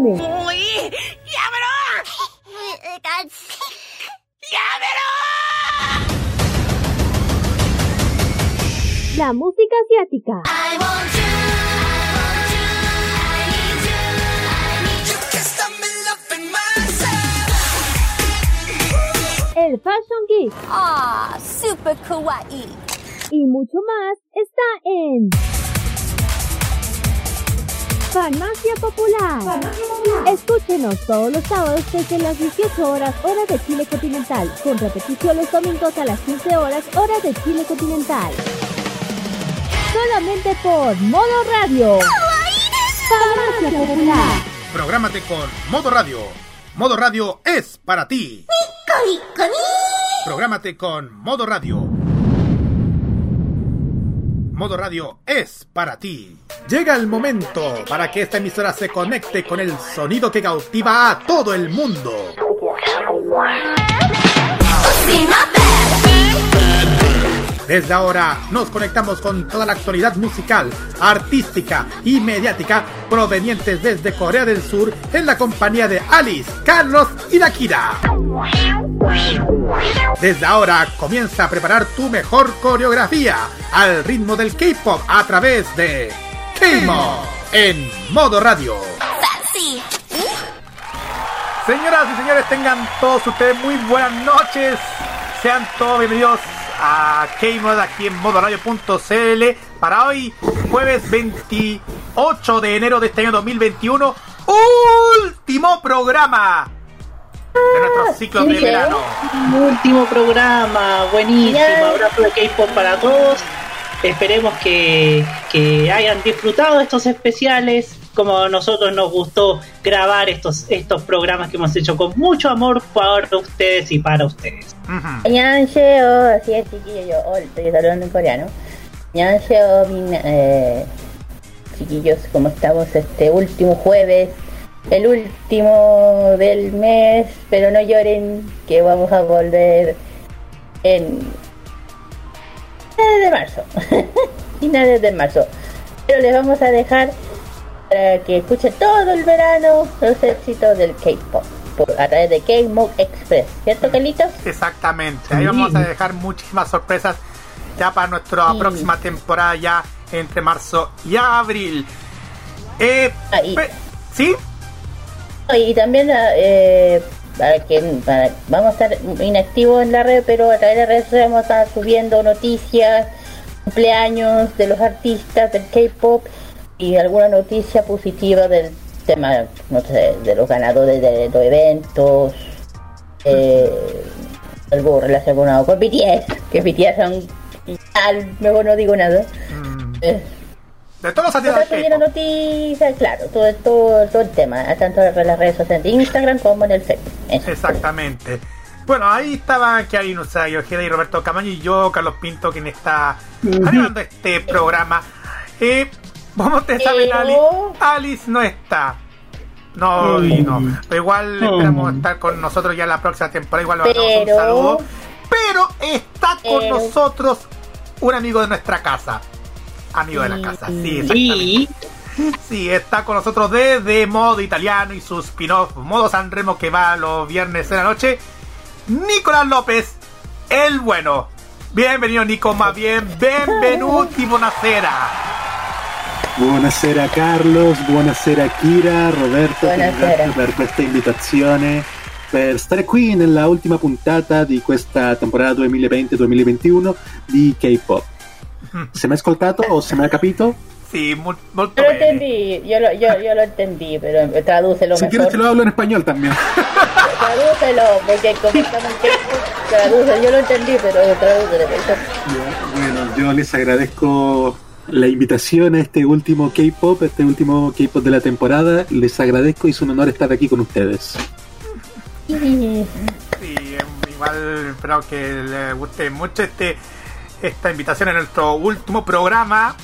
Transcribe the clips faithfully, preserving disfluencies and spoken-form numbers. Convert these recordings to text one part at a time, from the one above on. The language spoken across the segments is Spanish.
anime. ¡Uy! ¡Llámelo! ¡Llámelo! La música asiática. I want you, I want you, I need you, I need you. You can stop me loving myself. El Fashion Geek. Ah, super kawaii. Y mucho más está en Farmacia Popular. Farmacia Popular. Escúchenos todos los sábados desde las dieciocho horas, hora de Chile continental, con repetición los domingos a las quince horas, hora de Chile continental. Solamente por Modo Radio. Farmacia Popular. Prográmate con Modo Radio. Modo Radio es para ti. Prográmate con Modo Radio. Modo Radio es para ti. Llega el momento para que esta emisora se conecte con el sonido que cautiva a todo el mundo. Desde ahora nos conectamos con toda la actualidad musical, artística y mediática provenientes desde Corea del Sur en la compañía de Alice, Carlos y Nakira. Desde ahora comienza a preparar tu mejor coreografía al ritmo del K-pop a través de K-Mod en Modo Radio. Señoras y señores, tengan todos ustedes muy buenas noches. Sean todos bienvenidos a K-Mod aquí en modoradio punto c l para hoy, jueves veintiocho de enero de este año dos mil veintiuno, último programa de nuestro ciclo de verano. Último programa, buenísimo, abrazo de K-Pop para todos. Esperemos que, que hayan disfrutado estos especiales, como a nosotros nos gustó grabar estos, estos programas que hemos hecho con mucho amor para ustedes y para ustedes. 안녕하세요. Así es, chiquillos, yo oh, estoy hablando en coreano. 안녕하세요, min, eh, chiquillos, como estamos este último jueves, el último del mes, pero no lloren, que vamos a volver en finales de marzo. Finales de marzo. Pero les vamos a dejar para que escuchen todo el verano los éxitos del K-pop a través de K-Mod Express, ¿cierto, Carlitos? Exactamente, ahí vamos a dejar muchísimas sorpresas ya para nuestra sí. próxima temporada, ya entre marzo y abril. Eh, Ahí. Pe- ¿Sí? Y también eh, para que para, vamos a estar inactivos en la red, pero a través de las redes sociales vamos a estar subiendo noticias, cumpleaños de los artistas del K-pop y alguna noticia positiva del tema, no sé, de los ganadores de los eventos, eh, algo relacionado con B T S, que B T S son tal, mejor no digo nada. Mm. Eh, de todos los artistas del K-pop. Noticias, claro, todo, todo, todo el tema, tanto en las redes sociales de Instagram como en el Facebook. Eso. Exactamente. Bueno, ahí estaban Kevin Usagi, Ojeda y Roberto Camaño y yo, Carlos Pinto, quien está uh-huh. animando este programa. Eh, Como ustedes saben, pero... Alice, Alice no está. No, mm. y no. Pero igual mm. esperamos estar con nosotros ya la próxima temporada. Igual le mandamos pero... un saludo. Pero está con pero... nosotros un amigo de nuestra casa. Amigo de la casa, sí, exactamente. Sí, está con nosotros desde Modo Italiano y su spin-off Modo Sanremo, que va los viernes en la noche. Nicolás López, el bueno. Bienvenido, Nico, más bien. Benvenuti, buonasera. Buonasera Carlos, buonasera Kira, Roberto, buonasera. per questa invitazione, per stare qui nella ultima puntata di questa temporada duemilaventi duemilaventuno di K-pop. ¿Se me ha ascoltato o se me ha capito? Sí, muy, muy yo lo entendí, yo lo, yo, yo lo entendí, pero tradúcelo si mejor. Si quieres te lo hablo en español también. Tradúcelo, porque como estamos en K-pop, traduce, yo lo entendí, pero tradúcelo. Bueno, yo les agradezco la invitación a este último K-pop, este último K-pop de la temporada. Les agradezco y es un honor estar aquí con ustedes. Sí, igual espero que les guste mucho este esta invitación en nuestro último programa.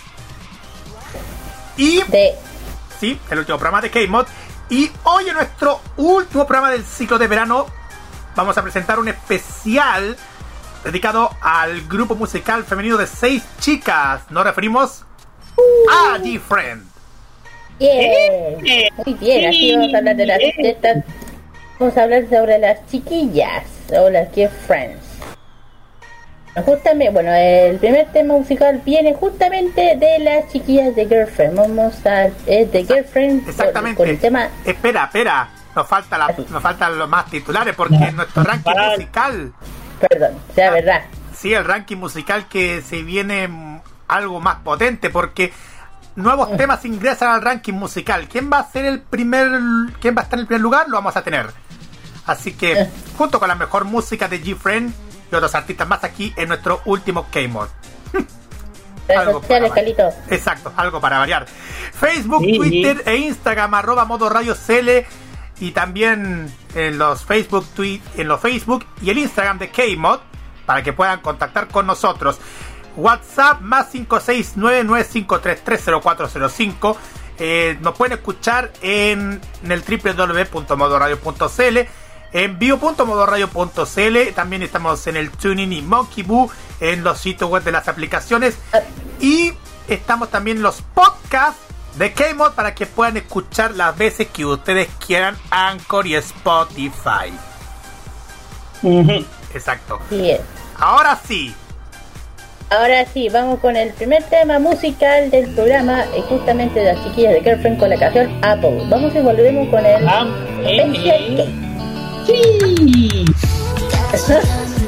Y de... sí, el último programa de K-Mod. Y hoy en nuestro último programa del ciclo de verano vamos a presentar un especial dedicado al grupo musical femenino de seis chicas. Nos referimos a G-Friend. Bien, Eh, muy bien, aquí vamos a hablar de las bien. de estas- vamos a hablar sobre las chiquillas o las girlfriends. Justamente, bueno, el primer tema musical viene justamente de las chiquillas de Girlfriend. Vamos a es de Girlfriend con, Exactamente. con el tema. Espera, espera. Nos falta la, nos faltan los más titulares porque No. nuestro ranking Para- musical, Perdón, sea verdad. sí, el ranking musical que se viene mm, algo más potente porque nuevos temas ingresan al ranking musical. ¿Quién va a ser el primer, quién va a estar en el primer lugar? Lo vamos a tener. Así que, junto con la mejor música de G-Friend y otros artistas más aquí en nuestro último K-Mod. Redes Algo sociales, para Calito. Exacto, algo para variar. Facebook, Sí. Twitter e Instagram, arroba modo radio C L, y también en los Facebook, tweet, en los Facebook y el Instagram de K-Mod para que puedan contactar con nosotros. WhatsApp más cinco seis nueve nueve cinco tres tres cero cuatro cero cinco. Eh, nos pueden escuchar en, en el doble u doble u doble u punto modoradio punto c l, en vivo punto modoradio punto c l. También estamos en el TuneIn y Monkey Boo, en los sitios web de las aplicaciones, y estamos también en los podcasts de K-Mod para que puedan escuchar las veces que ustedes quieran, Anchor y Spotify. Ujú. Exacto. Sí es. Ahora sí, Ahora sí, vamos con el primer tema musical del programa, eh, justamente de las chiquillas de Girlfriend con la canción Apple. Vamos y volvemos con el Ah, eh, Special eh. Sí. Cake.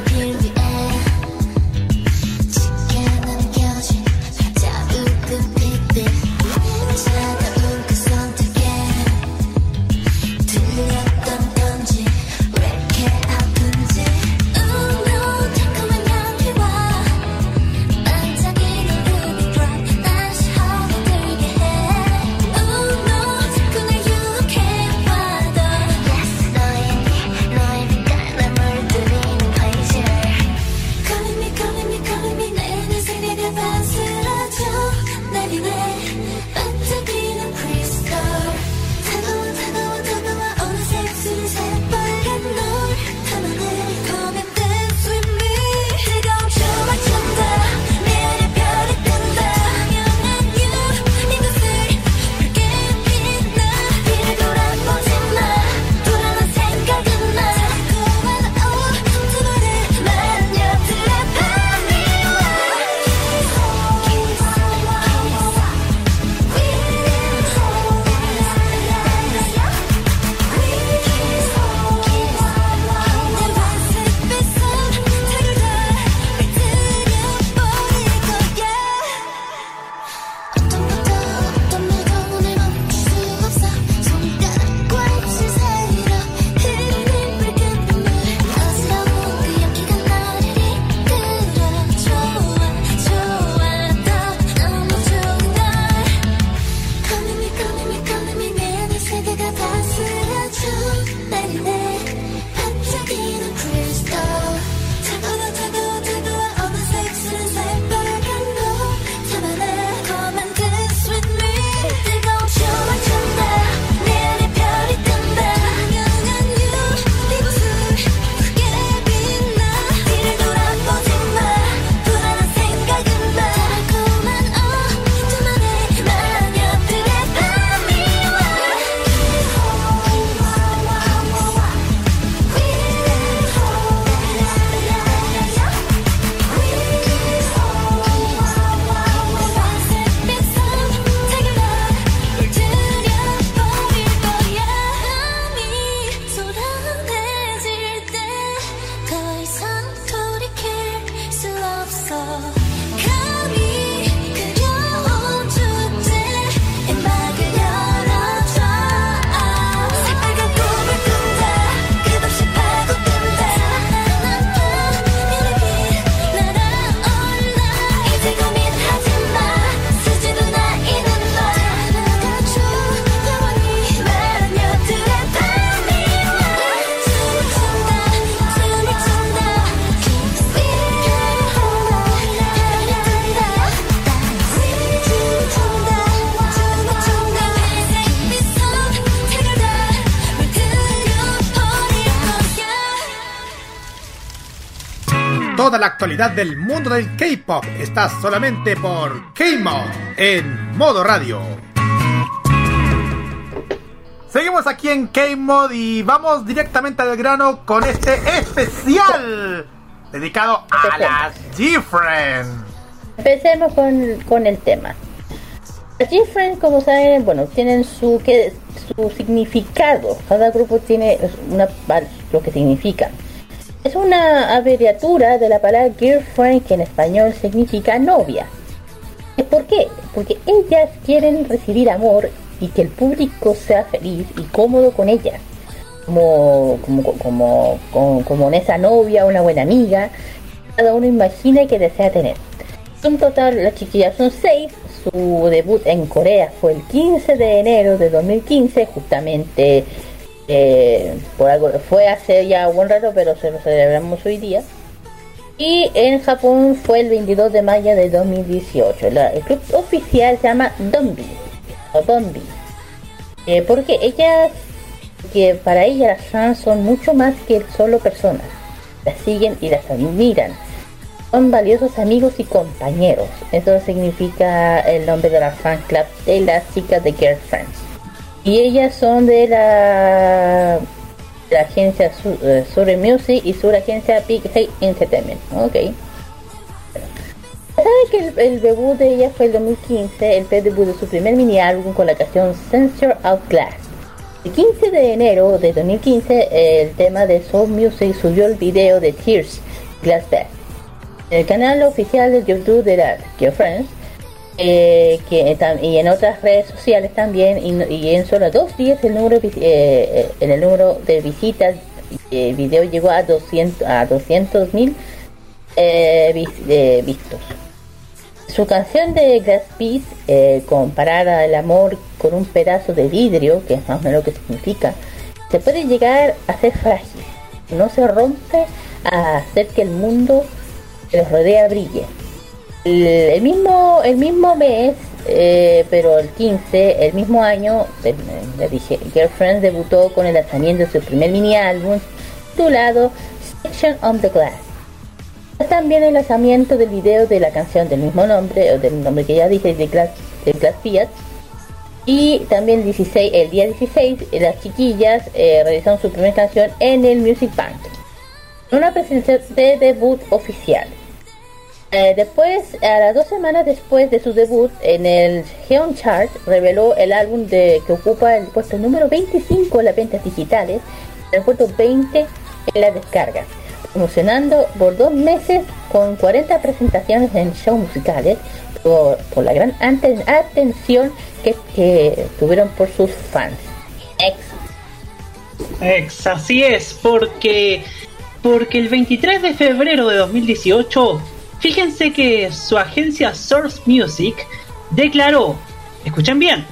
Toda la actualidad del mundo del K-pop está solamente por K-Mod en Modo Radio. Seguimos aquí en K-Mod y vamos directamente al grano con este especial dedicado a las G-Friends. Empecemos con, con el tema. Las G-Friends, como saben, bueno, tienen su que su significado. Cada grupo tiene una lo que significa. Es una abreviatura de la palabra girlfriend, que en español significa novia. ¿Por qué? Porque ellas quieren recibir amor y que el público sea feliz y cómodo con ellas, como como como como, como en esa novia, una buena amiga. Cada uno imagina que desea tener. En total, las chiquillas son seis. Su debut en Corea fue el quince de enero de dos mil quince, justamente eh, por algo fue hace ya un rato, pero se lo celebramos hoy día. Y en Japón fue el veintidós de mayo de dos mil dieciocho. La, el club oficial se llama Donbi o Donbi, eh, porque ellas, que para ellas las fans son mucho más que solo personas. Las siguen y las admiran. Son valiosos amigos y compañeros. Eso significa el nombre de la fan club de las chicas de Girlfriends. Y ellas son de la, de la agencia Sur, uh, Sure Music y su agencia Big Hit Entertainment. Ok. Saben que el, el debut de ella fue el dos mil quince, el debut de su primer mini álbum con la canción Censor Out Glass. El quince de enero de dos mil quince, el tema de Soul Music subió el video de Tears Glass Back. El canal oficial de YouTube de las Girlfriends, eh, que, y en otras redes sociales también, y, y en solo dos días el número, eh, en el número de visitas, el video llegó a doscientos mil eh, vis, eh, vistos. Su canción de Glass Piece, eh, comparada el amor con un pedazo de vidrio, que es más o menos lo que significa, se puede llegar a ser frágil, no se rompe, a hacer que el mundo que los rodea brille. El, el mismo el mismo mes, eh, pero el quince, el mismo año, eh, le dije, Girlfriends debutó con el lanzamiento de su primer mini álbum titulado Section on the Glass. También el lanzamiento del video de la canción del mismo nombre, o del nombre que ya dije, de Glass, de Glass Piece. Y también el, dieciséis, el día dieciséis, las chiquillas eh, realizaron su primera canción en el Music Bank, una presentación de debut oficial. Eh, después, a las dos semanas después de su debut en el Geon Chart, reveló el álbum de, que ocupa el puesto número veinticinco en las ventas digitales y el puesto veinte en las descargas, promocionando por dos meses con cuarenta presentaciones en shows musicales por, por la gran aten- atención que, que tuvieron por sus fans. Ex. Ex, así es, porque porque el veintitrés de febrero de dos mil dieciocho, fíjense que su agencia Source Music declaró, escuchen bien,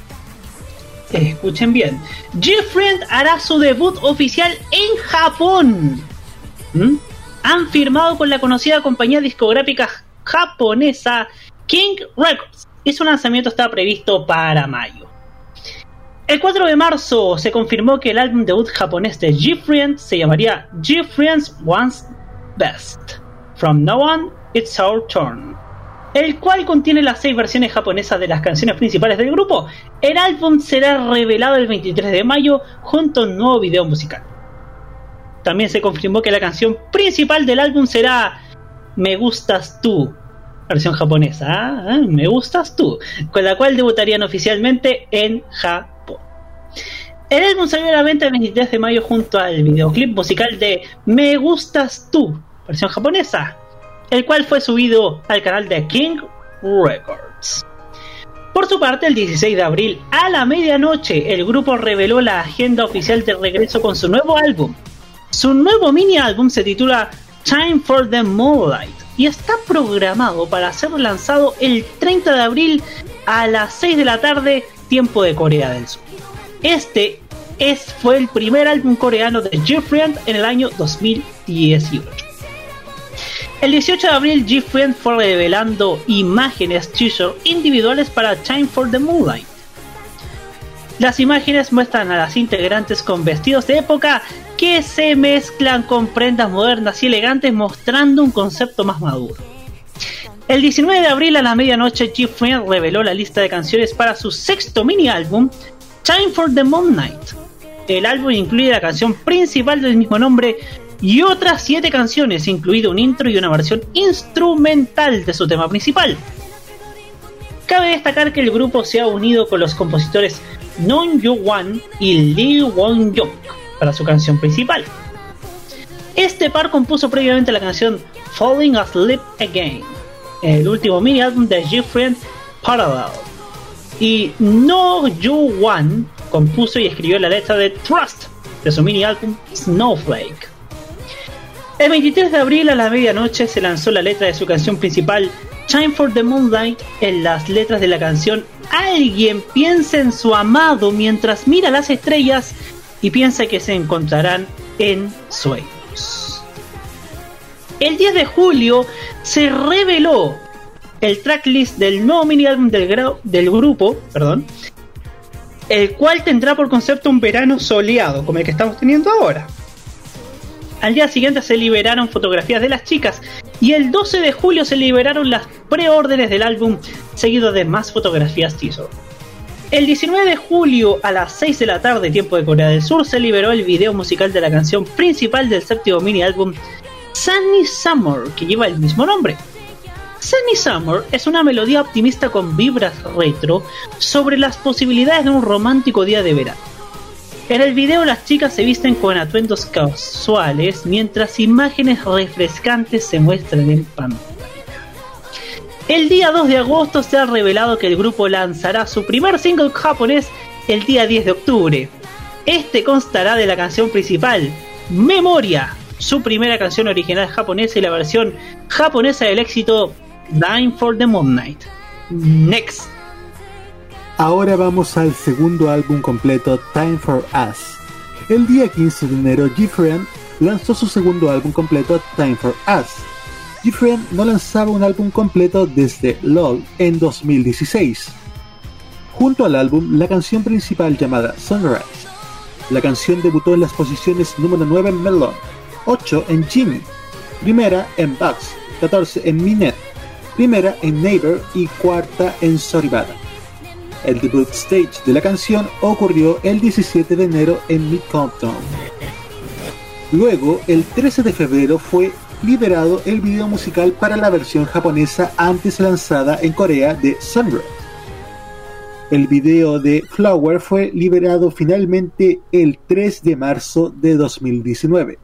escuchen bien, G-Friend hará su debut oficial en Japón. ¿Mm? Han firmado con la conocida compañía discográfica japonesa King Records y su lanzamiento está previsto para mayo. El cuatro de marzo se confirmó que el álbum debut japonés de G-Friend se llamaría G-Friends Wants Best. From Now On, It's Our Turn, el cual contiene las seis versiones japonesas de las canciones principales del grupo. El álbum será revelado el veintitrés de mayo junto a un nuevo video musical. También se confirmó que la canción principal del álbum será Me Gustas Tú, versión japonesa, ¿eh? Me Gustas Tú, con la cual debutarían oficialmente en Japón. El álbum salió a la venta el veintitrés de mayo junto al videoclip musical de Me Gustas Tú, versión japonesa, el cual fue subido al canal de King Records. Por su parte, el dieciséis de abril a la medianoche, el grupo reveló la agenda oficial de regreso con su nuevo álbum. Su nuevo mini álbum se titula Time for the Moonlight y está programado para ser lanzado el treinta de abril a las seis de la tarde, tiempo de Corea del Sur. Este es, fue el primer álbum coreano de G-Friend en el año dos mil dieciocho. El dieciocho de abril, G-Friend fue revelando imágenes teaser individuales para Time for the Moonlight. Las imágenes muestran a las integrantes con vestidos de época que se mezclan con prendas modernas y elegantes, mostrando un concepto más maduro. El diecinueve de abril a la medianoche, G-Friend reveló la lista de canciones para su sexto mini álbum, Time for the Moon Knight. El álbum incluye la canción principal del mismo nombre y otras siete canciones, incluido un intro y una versión instrumental de su tema principal. Cabe destacar que el grupo se ha unido con los compositores Non Yoo-wan y Lee Won-young para su canción principal. Este par compuso previamente la canción Falling Asleep Again, el último mini álbum de Different Parallel, y No Yoo-wan compuso y escribió la letra de Trust de su mini álbum Snowflake. El veintitrés de abril a la medianoche se lanzó la letra de su canción principal Time for the Moonlight. En las letras de la canción, alguien piensa en su amado mientras mira las estrellas y piensa que se encontrarán en sueños. El diez de julio se reveló el tracklist del nuevo mini álbum del, gra- del grupo, perdón, el cual tendrá por concepto un verano soleado como el que estamos teniendo ahora. Al día siguiente se liberaron fotografías de las chicas y el doce de julio se liberaron las preórdenes del álbum, seguido de más fotografías teaser. El diecinueve de julio a las seis de la tarde, tiempo de Corea del Sur, se liberó el video musical de la canción principal del séptimo mini álbum Sunny Summer, que lleva el mismo nombre. Sunny Summer es una melodía optimista con vibras retro sobre las posibilidades de un romántico día de verano. En el video las chicas se visten con atuendos casuales mientras imágenes refrescantes se muestran en pantalla. El día dos de agosto se ha revelado que el grupo lanzará su primer single japonés el día diez de octubre. Este constará de la canción principal, Memoria, su primera canción original japonesa y la versión japonesa del éxito Time for the Moon Knight. Next. Ahora vamos al segundo álbum completo, Time for Us. El día quince de enero, Different lanzó su segundo álbum completo, Time for Us. Different no lanzaba un álbum completo desde LOL en dos mil dieciséis. Junto al álbum, la canción principal llamada Sunrise. La canción debutó en las posiciones número nueve en Melon, ocho en Jimmy, primera en Bugs, catorce en Minet, primera en Neighbor y cuarta en Soribada. El debut stage de la canción ocurrió el diecisiete de enero en Mid Compton. Luego, el trece de febrero fue liberado el video musical para la versión japonesa antes lanzada en Corea de Sunrise. El video de Flower fue liberado finalmente el tres de marzo de dos mil diecinueve.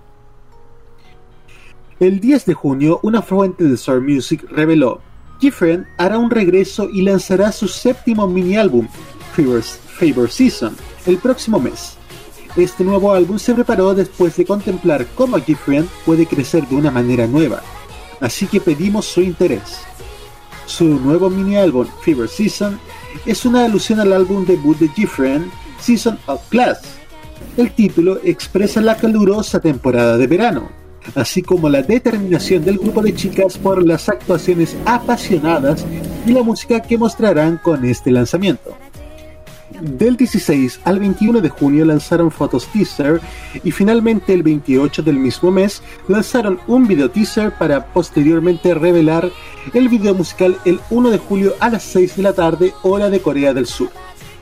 El diez de junio, una fuente de Soul Music reveló: Different hará un regreso y lanzará su séptimo mini álbum, Favor Season, el próximo mes. Este nuevo álbum se preparó después de contemplar cómo Different puede crecer de una manera nueva, así que pedimos su interés. Su nuevo mini álbum, Favor Season, es una alusión al álbum debut de Different, Season of Class. El título expresa la calurosa temporada de verano, así como la determinación del grupo de chicas por las actuaciones apasionadas y la música que mostrarán con este lanzamiento. Del dieciséis al veintiuno de junio lanzaron fotos teaser y finalmente el veintiocho del mismo mes lanzaron un video teaser para posteriormente revelar el video musical el uno de julio a las seis de la tarde, hora de Corea del Sur.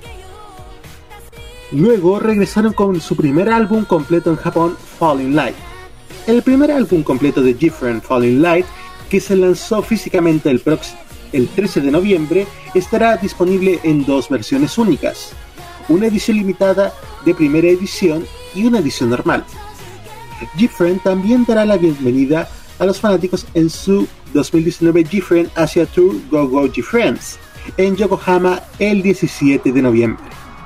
Luego regresaron con su primer álbum completo en Japón, Falling Light. El primer álbum completo de Different, Falling Light, que se lanzó físicamente el, prox- el trece de noviembre, estará disponible en dos versiones únicas, una edición limitada de primera edición y una edición normal. Different también dará la bienvenida a los fanáticos en su dos mil diecinueve Different Asia Tour Go Go Difference en Yokohama el diecisiete de noviembre.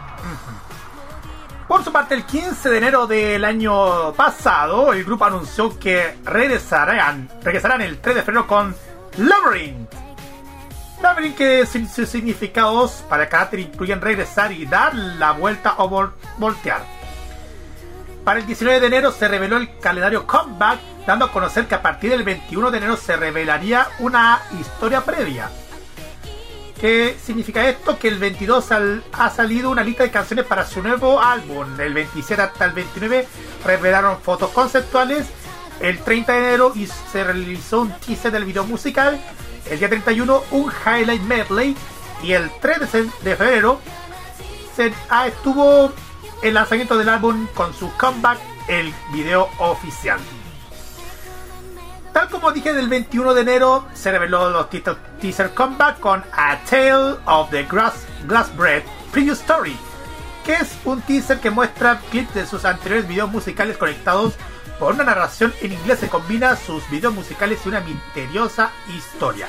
Por su parte, el quince de enero del año pasado, el grupo anunció que regresarán, regresarán el tres de febrero con Labyrinth. Labyrinth, que sus significados para el carácter incluyen regresar y dar la vuelta o vol- voltear. Para el diecinueve de enero se reveló el calendario Comeback, dando a conocer que a partir del veintiuno de enero se revelaría una historia previa. ¿Qué significa esto? Que el veintidós sal, ha salido una lista de canciones para su nuevo álbum. El veintisiete hasta el veintinueve revelaron fotos conceptuales. El treinta de enero y se realizó un teaser del video musical. El día treinta y uno un highlight medley. Y el tres de febrero se, ah, estuvo el lanzamiento del álbum con su comeback, el video oficial. Tal como dije, del veintiuno de enero se reveló los títulos teaser comeback con A Tale of the Grass, Glass Bread Preview Story, que es un teaser que muestra clips de sus anteriores videos musicales conectados por una narración en inglés que combina sus videos musicales y una misteriosa historia.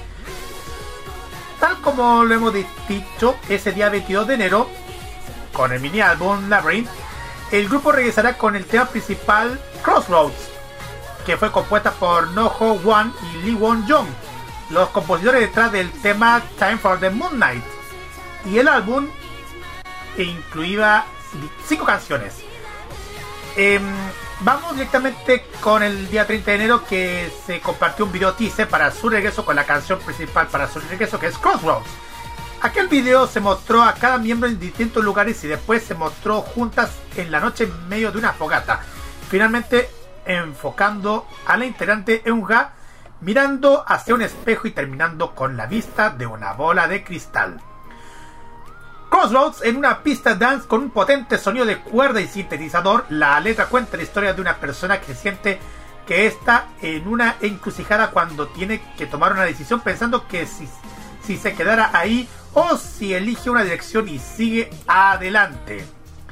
Tal como lo hemos dicho, ese día veintidós de enero, con el mini álbum Labyrinth, el grupo regresará con el tema principal Crossroads, que fue compuesta por Noho Wan y Lee Won Jong, los compositores detrás del tema Time for the Moon Night. Y el álbum incluía cinco canciones. Eh, vamos directamente con el día treinta de enero, que se compartió un video teaser para su regreso con la canción principal para su regreso, que es Crossroads. Aquel video se mostró a cada miembro en distintos lugares y después se mostró juntas en la noche en medio de una fogata, finalmente enfocando a la integrante Eunha mirando hacia un espejo y terminando con la vista de una bola de cristal. Crossroads, en una pista dance con un potente sonido de cuerda y sintetizador, la letra cuenta la historia de una persona que siente que está en una encrucijada cuando tiene que tomar una decisión, pensando que si, si se quedara ahí o si elige una dirección y sigue adelante.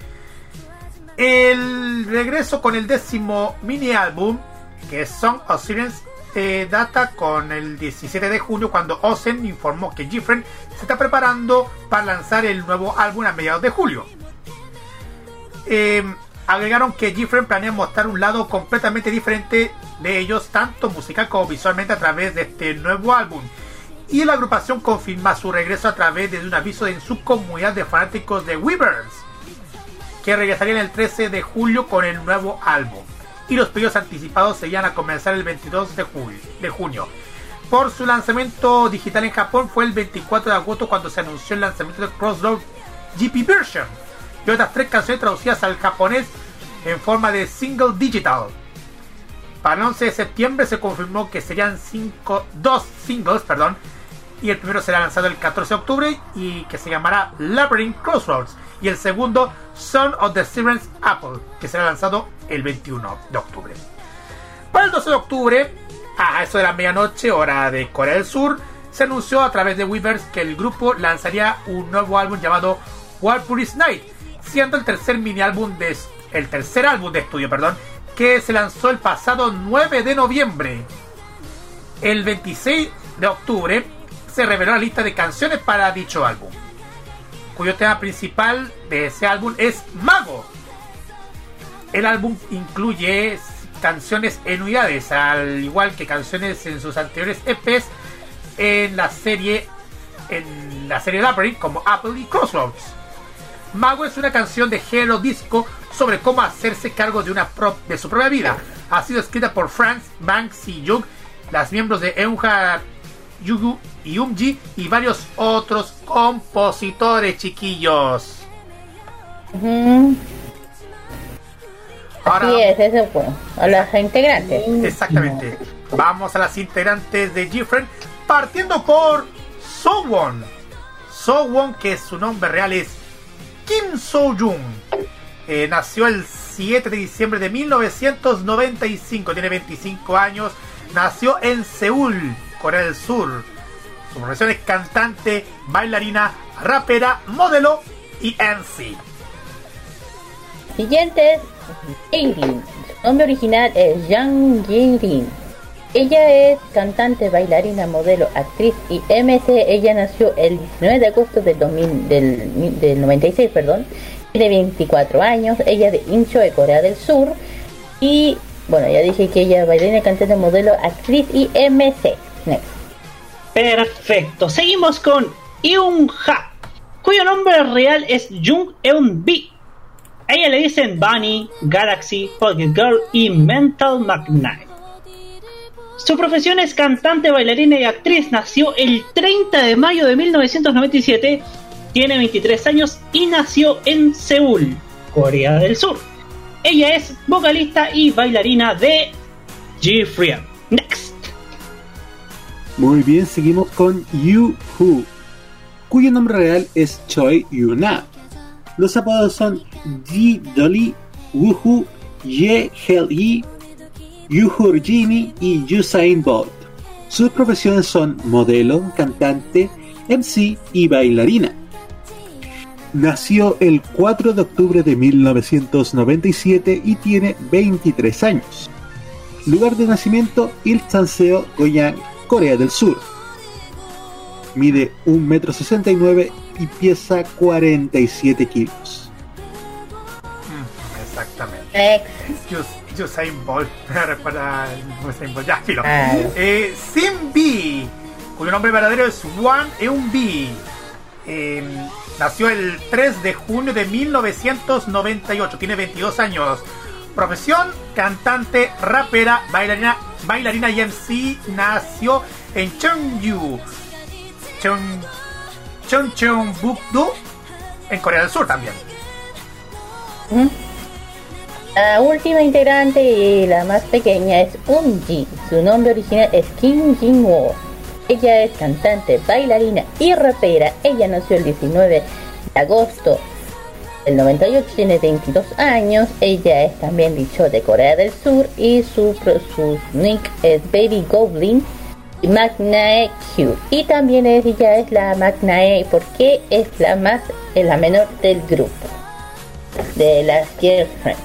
El regreso con el décimo mini álbum, que es Song of Sirens, eh, data con el diecisiete de junio, cuando Ozen informó que Gfriend se está preparando para lanzar el nuevo álbum a mediados de julio. Eh, agregaron que Gfriend planea mostrar un lado completamente diferente de ellos, tanto musical como visualmente, a través de este nuevo álbum. Y la agrupación confirma su regreso a través de un aviso en su comunidad de fanáticos de Weavers, que regresarían el trece de julio con el nuevo álbum. Y los pedidos anticipados se iban a comenzar el veintidós de junio. Por su lanzamiento digital en Japón fue el veinticuatro de agosto, cuando se anunció el lanzamiento de Crossroads G P Version y otras tres canciones traducidas al japonés en forma de single digital. Para el once de septiembre se confirmó que serían cinco, dos singles, perdón, y el primero será lanzado el catorce de octubre y que se llamará Labyrinth Crossroads, y el segundo Son of the Sirens Apple, que será lanzado el veintiuno de octubre. Para el doce de octubre, a eso de la medianoche, hora de Corea del Sur, se anunció a través de Weavers que el grupo lanzaría un nuevo álbum llamado Walpurgis Night, siendo el tercer mini álbum de el tercer álbum de estudio, perdón, que se lanzó el pasado nueve de noviembre. El veintiséis de octubre se reveló la lista de canciones para dicho álbum, cuyo tema principal de ese álbum es Mago. El álbum incluye canciones en unidades, al igual que canciones en sus anteriores E Pes en la serie en la serie Labyrinth, como Apple y Crossroads. Mago es una canción de género disco sobre cómo hacerse cargo de, una pro, de su propia vida. Ha sido escrita por Franz, Banks y Jung, las miembros de Eunha, Yugu y Umji, y varios otros compositores, chiquillos. Uh-huh. Ahora, Así es, eso fue. A las integrantes. exactamente. Vamos a las integrantes de Gfriend, partiendo por Sowon. Sowon, que su nombre real es Kim So-jung. Eh, nació el siete de diciembre de mil novecientos noventa y cinco. Tiene veinticinco años. Nació en Seúl, Corea del Sur. Su profesión es cantante, bailarina, rapera, modelo y M C. Siguiente es Jaerin. Su nombre original es Jang Jaerin. Ella es cantante, bailarina, modelo, actriz y M C. Ella nació el diecinueve de agosto del, dos mil, del, del noventa y seis, perdón. Tiene veinticuatro años. Ella es de Incheon, de Corea del Sur. Y bueno, ya dije que ella es bailarina, cantante, modelo, actriz y M C. Next. Perfecto. Seguimos con Eun-ha, cuyo nombre real es Jung Eun-bi. A ella le dicen Bunny, Galaxy, Pocket Girl y Mental Magnet. Su profesión es cantante, bailarina y actriz. Nació el treinta de mayo de mil novecientos noventa y siete. Tiene veintitrés años y nació en Seúl, Corea del Sur. Ella es vocalista y bailarina de Gfriend. Next. Muy bien, seguimos con Yoo-hoo, cuyo nombre real es Choi Yoo-na. Los apodos son G Dolly, Woohoo, Ye Heli, Yuhur Jimmy y Usain Bolt. Sus profesiones son modelo, cantante, M C y bailarina. Nació el cuatro de octubre de mil novecientos noventa y siete y tiene veintitrés años. Lugar de nacimiento: Ilsanseo, Goyang, Corea del Sur. Mide un metro sesenta y nueve y pesa cuarenta y siete kilos. Mm, exactamente. Ex. Us- Usain Bolt, me recuerda a Usain Bolt, ya, filo. Ah. Eh, Sim B, cuyo nombre verdadero es Wang Eun-bi. Eh, nació el tres de junio de mil novecientos noventa y ocho, tiene veintidós años. Profesión: cantante, rapera, bailarina, bailarina y M C. Nació en Cheongju, Cheong, Cheongcheongbuk-do, en Corea del Sur también. ¿Mm? La última integrante y la más pequeña es Eun-ji. Su nombre original es Kim Jin-woo. Ella es cantante, bailarina y rapera. Ella nació el diecinueve de agosto del noventa y ocho, tiene veintidós años. Ella es también dicho de Corea del Sur y su, su nick es Baby Goblin y Magnae Q. Y también es, ella es la Magnae porque es la más, es la menor del grupo de las Girlfriends.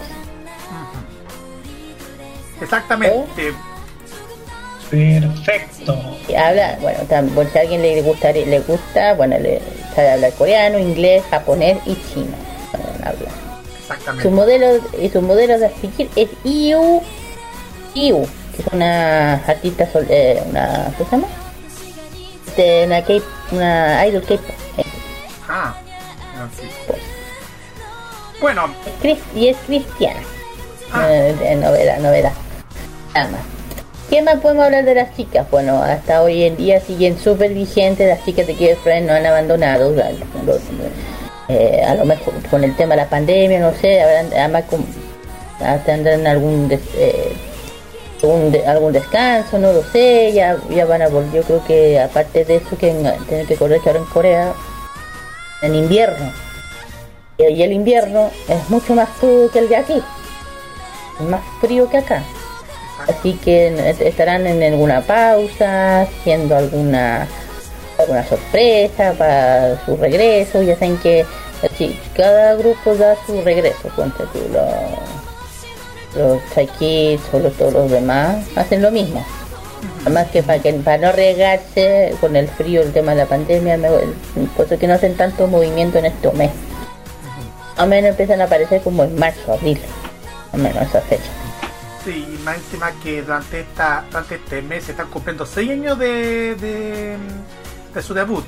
Exactamente. Perfecto. Y habla, bueno, también, por si a alguien le gustaría, le gusta, bueno, le sabe hablar coreano, inglés, japonés y chino. Bueno, habla. Exactamente. Su modelo y su modelo de seguir es Iu Iu, que es una artista sol, eh, una ¿qué se llama? De una K, una idol K-pop. Eh, Ah, no, sí. Bueno, es cris- y es cristiana. Ah. Eh, de novedad, novedad. Nada más. ¿Qué más podemos hablar de las chicas? Bueno, hasta hoy en día siguen súper vigentes. Las chicas de Girlfriend no han abandonado. La- los- eh, a lo mejor con el tema de la pandemia, no sé, habrán, además con, tendrán algún des, eh, algún, de- algún descanso, no lo sé. Ya, ya van a volver. Yo creo que aparte de eso, que en- tienen que correr que ahora en Corea, en invierno. Y y el invierno es mucho más frío que el de aquí. Es más frío que acá. Así que estarán en alguna pausa, haciendo alguna alguna sorpresa para su regreso. Ya saben que así, cada grupo da su regreso. Ponte tú, los, los Stray Kids o los, todos los demás hacen lo mismo. Además que para que para no arriesgarse con el frío, el tema de la pandemia, me, por eso que no hacen tanto movimiento en estos meses. Más o menos empiezan a aparecer como en marzo, abril, más o menos esa fecha. sí, y más encima que durante esta durante este mes se están cumpliendo seis años de, de, de su debut.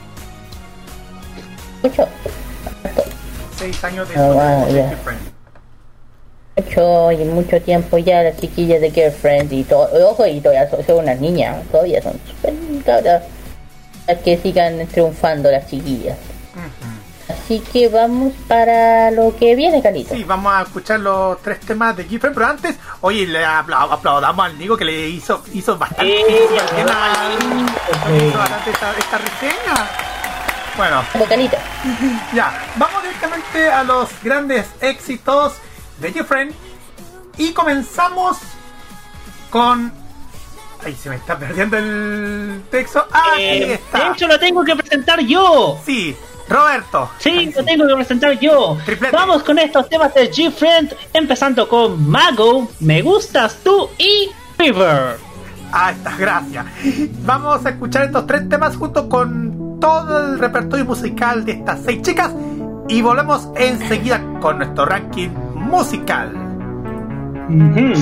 Mucho, seis años de Ah, su wow, debut de ya. Girlfriend. mucho y mucho tiempo ya las chiquillas de Girlfriend y todo, ojo, y todavía son, son unas niñas, todavía son súper cabras, las que sigan triunfando las chiquillas. Ujú. Así que vamos para lo que viene, Carlito. Sí, vamos a escuchar los tres temas de Girlfriend, pero antes, oye, le apla- aplaudamos al Nico que le hizo hizo bastante, Eh, hizo bien a- hizo bastante esta, esta reseña. Bueno, Vamos, Carlito. ya, vamos directamente a los grandes éxitos de Girlfriend y comenzamos con... Ay, se me está perdiendo el texto. ¡Ah, aquí Eh, está! de hecho, lo tengo que presentar yo. Sí, Roberto. Sí, Ay, lo tengo que presentar yo. Triplete. Vamos con estos temas de G-Friend, empezando con Mago, Me Gustas Tú y River. Ah, está, gracias. Vamos a escuchar estos tres temas junto con todo el repertorio musical de estas seis chicas y volvemos enseguida con nuestro ranking musical. Ujú.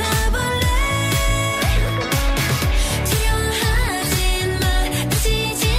지루하진 마 다치지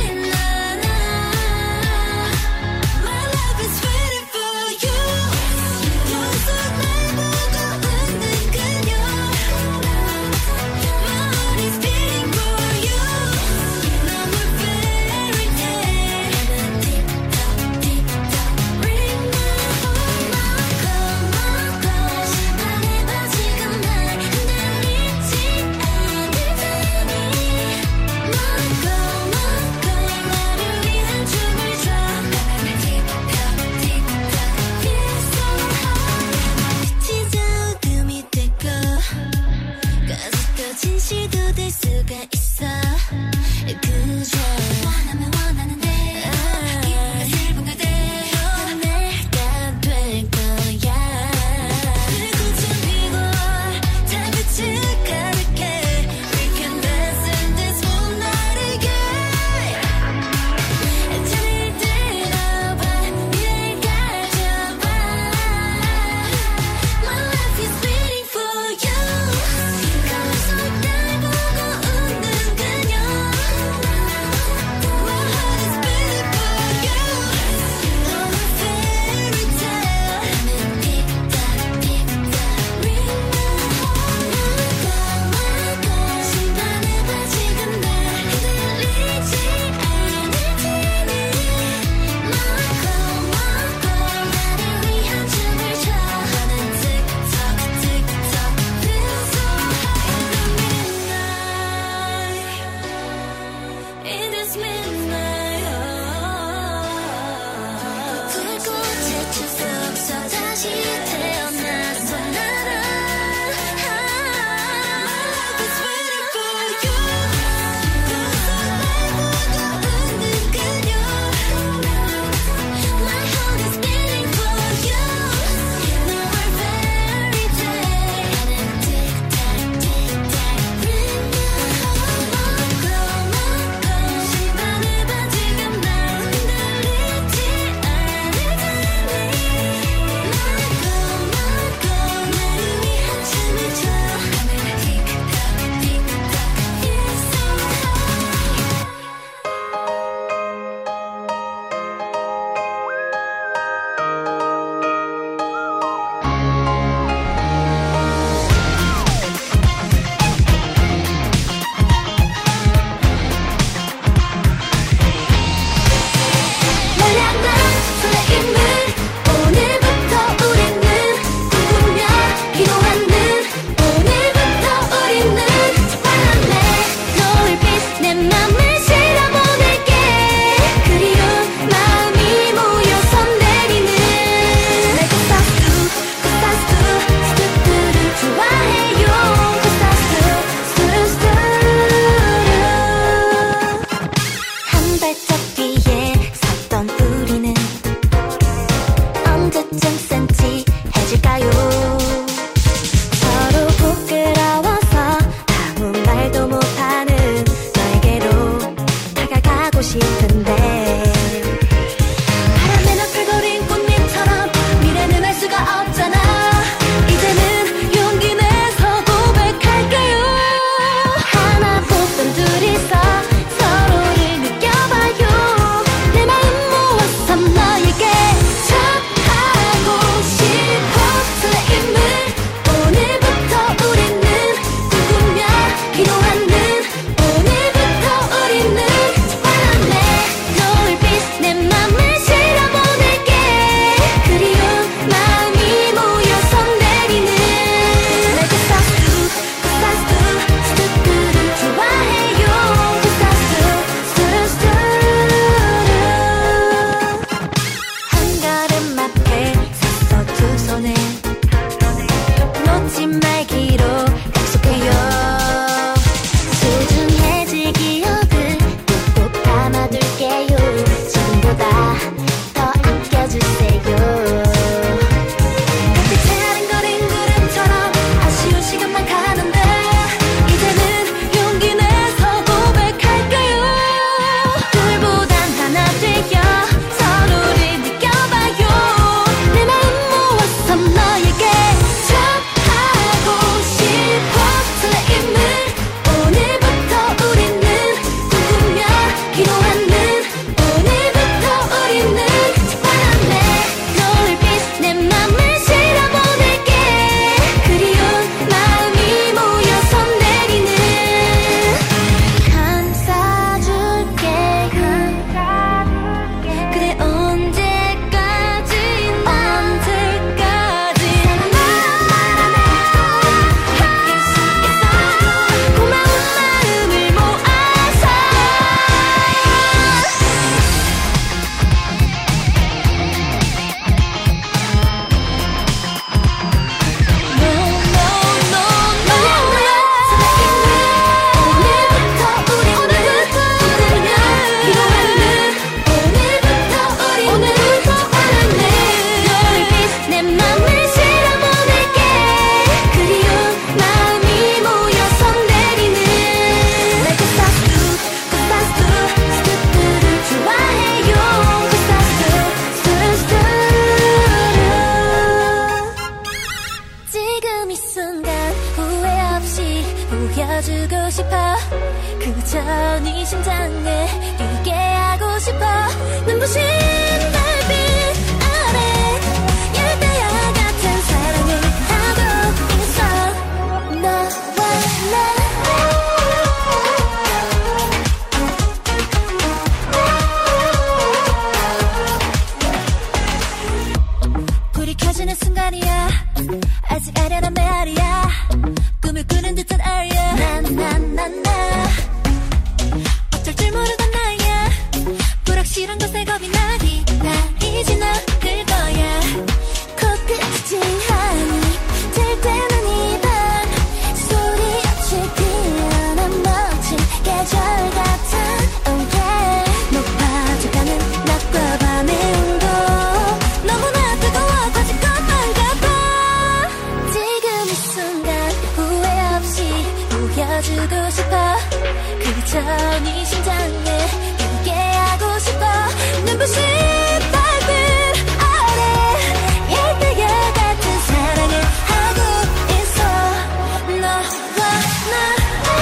느껴지는 순간이야 아직 아련한 메아리야 꿈을 꾸는 듯한 아리야 나나나나 어쩔 줄 모르던 나야 불확실한 것에 겁이 나니 나 이제 너를 거야 코끝이 찡하니 들 때는 이 밤 소리 없이 피어난 멋진 계절 같은 oh yeah 높아져가는 낮과 밤의 온도 너무나 뜨거워 터질 것만 같아 지금 이 순간 후회 없이 보여주고 싶어 그저 네 심장에 들게 하고 싶어 눈부신 달빛 아래 열대야 같은 사랑을 하고 있어 너와 나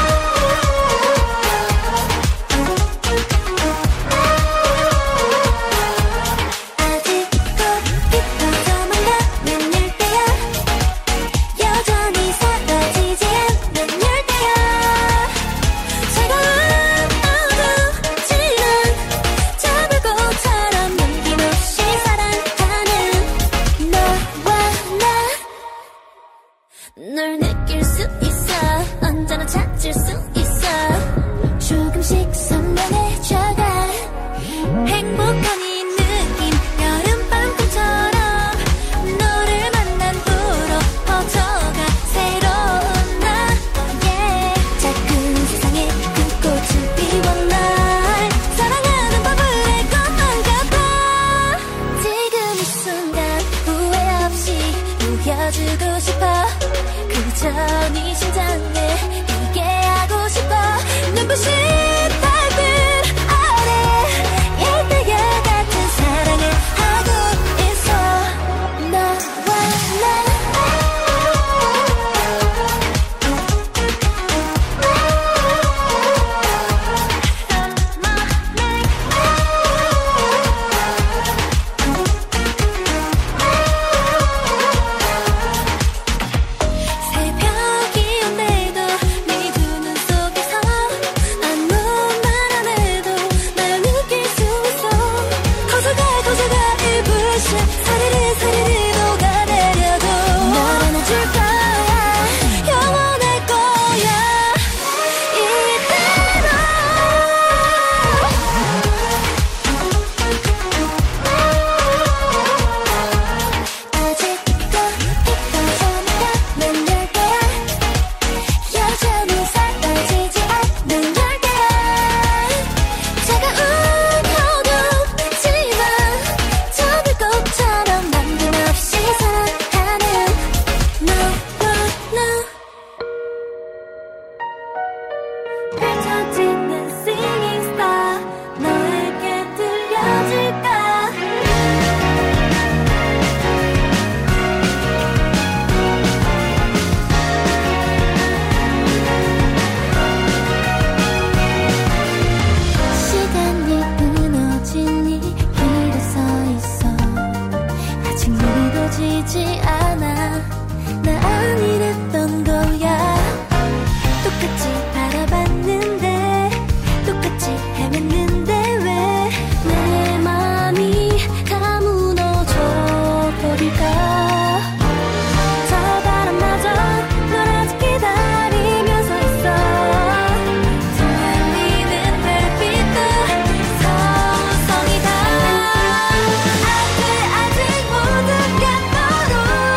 아직도 깊어서만 가는 열대야 여전히 사라지지 않는 열대야 차가운 어두지는 자물고처럼 남김없이 사랑하는 너와 나 널 느낄 수 있어 언제나 찾을 수 있어 조금씩 선명해져가 행복한 이 느낌 여름밤꿈처럼 너를 만난 후로 퍼져가 새로운 나 yeah. 작은 세상에 그 꽃을 피워 날 사랑하는 법을 알 것만 같아 지금 이 순간 후회 없이 보여주고 싶어 그저 네 심장에 들게 하고 싶어 눈부신 달빛 아래 열대야 같은 사랑을 하고 있어 너와 나 새벽이 온데도 네 두 눈 속에서 아무 말 안 해도 날 느낄 수 있어 커져가 커져가 일부씩 사르르 사르르 녹아내려도 널 안아줄 거야 영원할 거야 이대로 아직도 깊어서만 가는 열대야 여전히 사라지지 않는 열대야 차가운 어둠지만 저불꽃처럼 남김없이 사랑하는 너와 나 펼쳐지는 singing star 너에게 들려줄까 시간이 무너진 이 길에 서 있어 아직 믿어지지 않아 나 아니랬던 거야 똑같이 바라봤는데 똑같이 헤맸는데 왜 내 맘이 다 무너져 버릴까 저 바람마저 널 아직 기다리면서 있어 들리는 별빛도 서성이다 안돼 아직 모두가 너로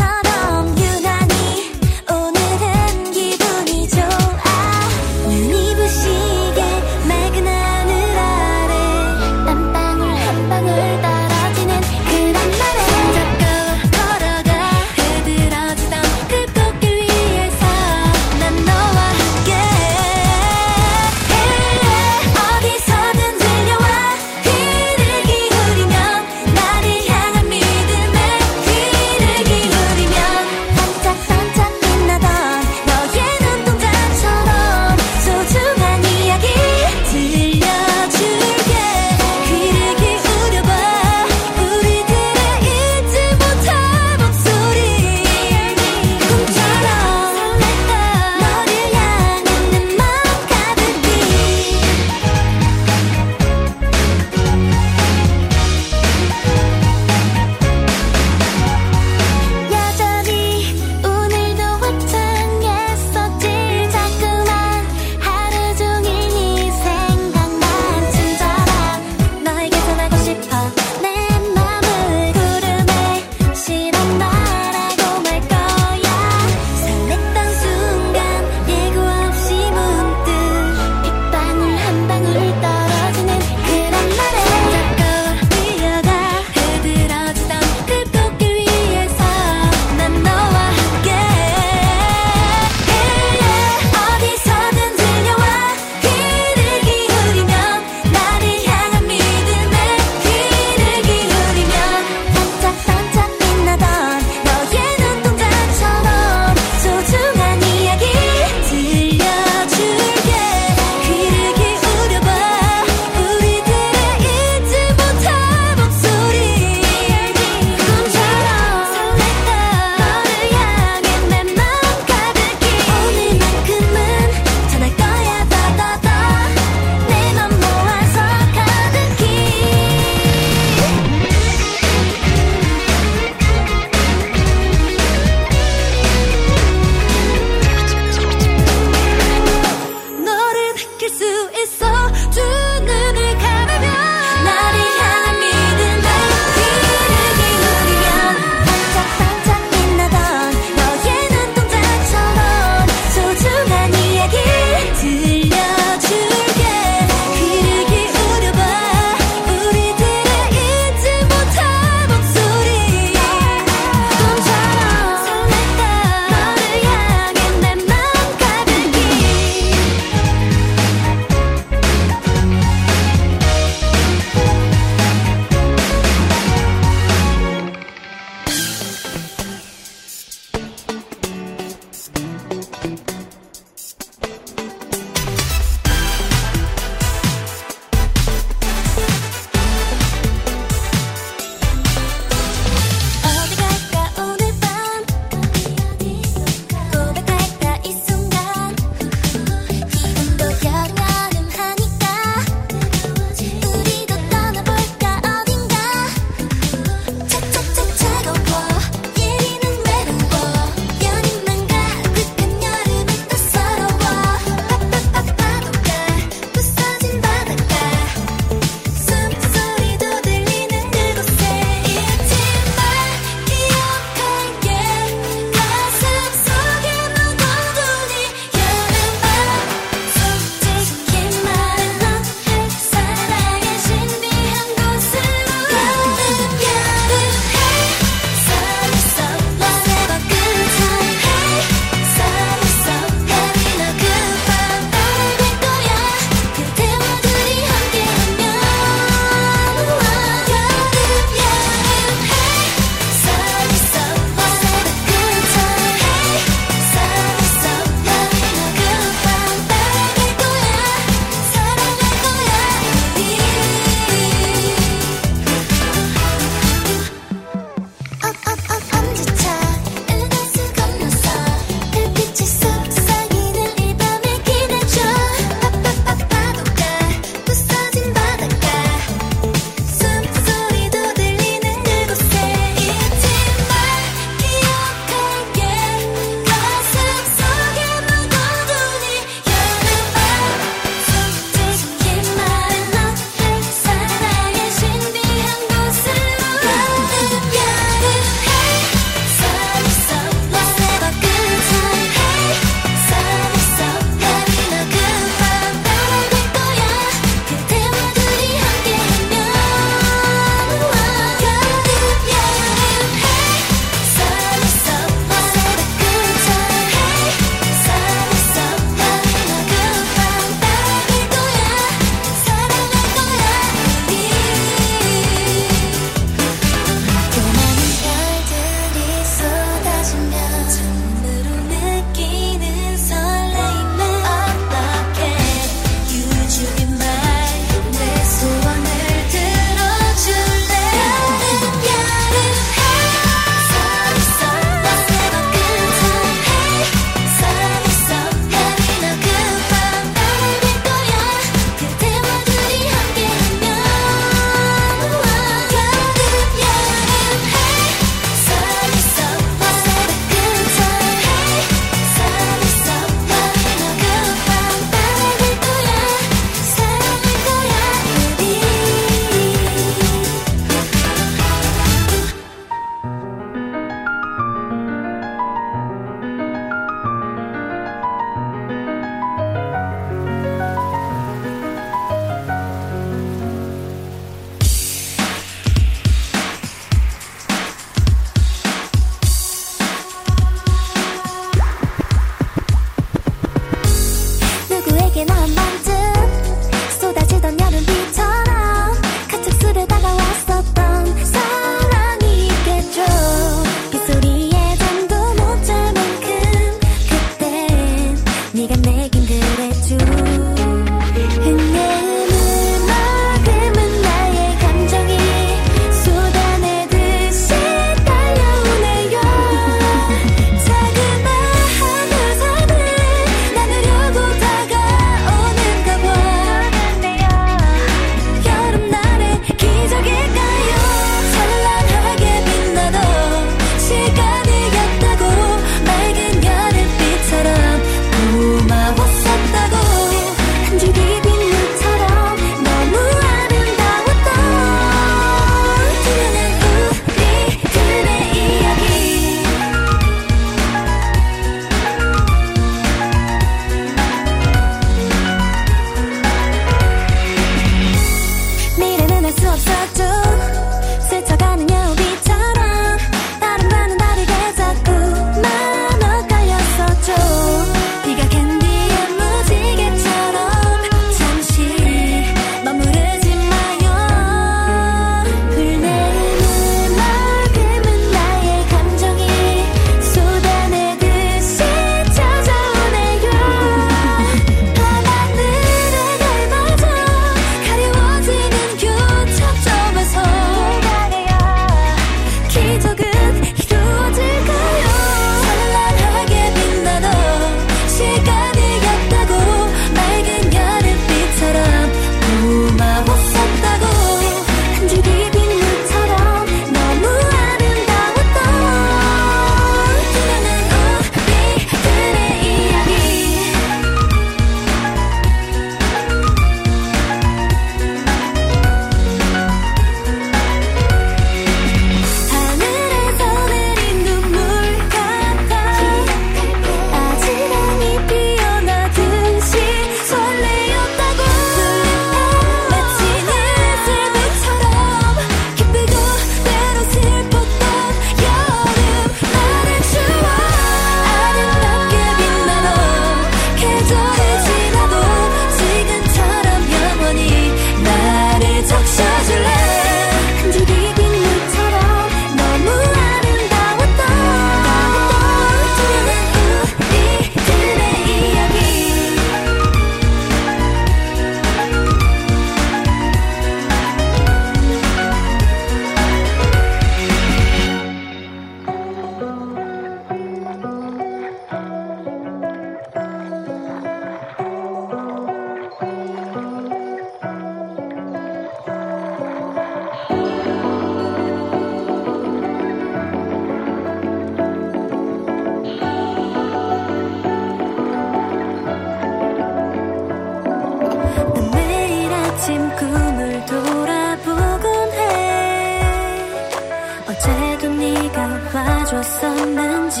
봐줬었는지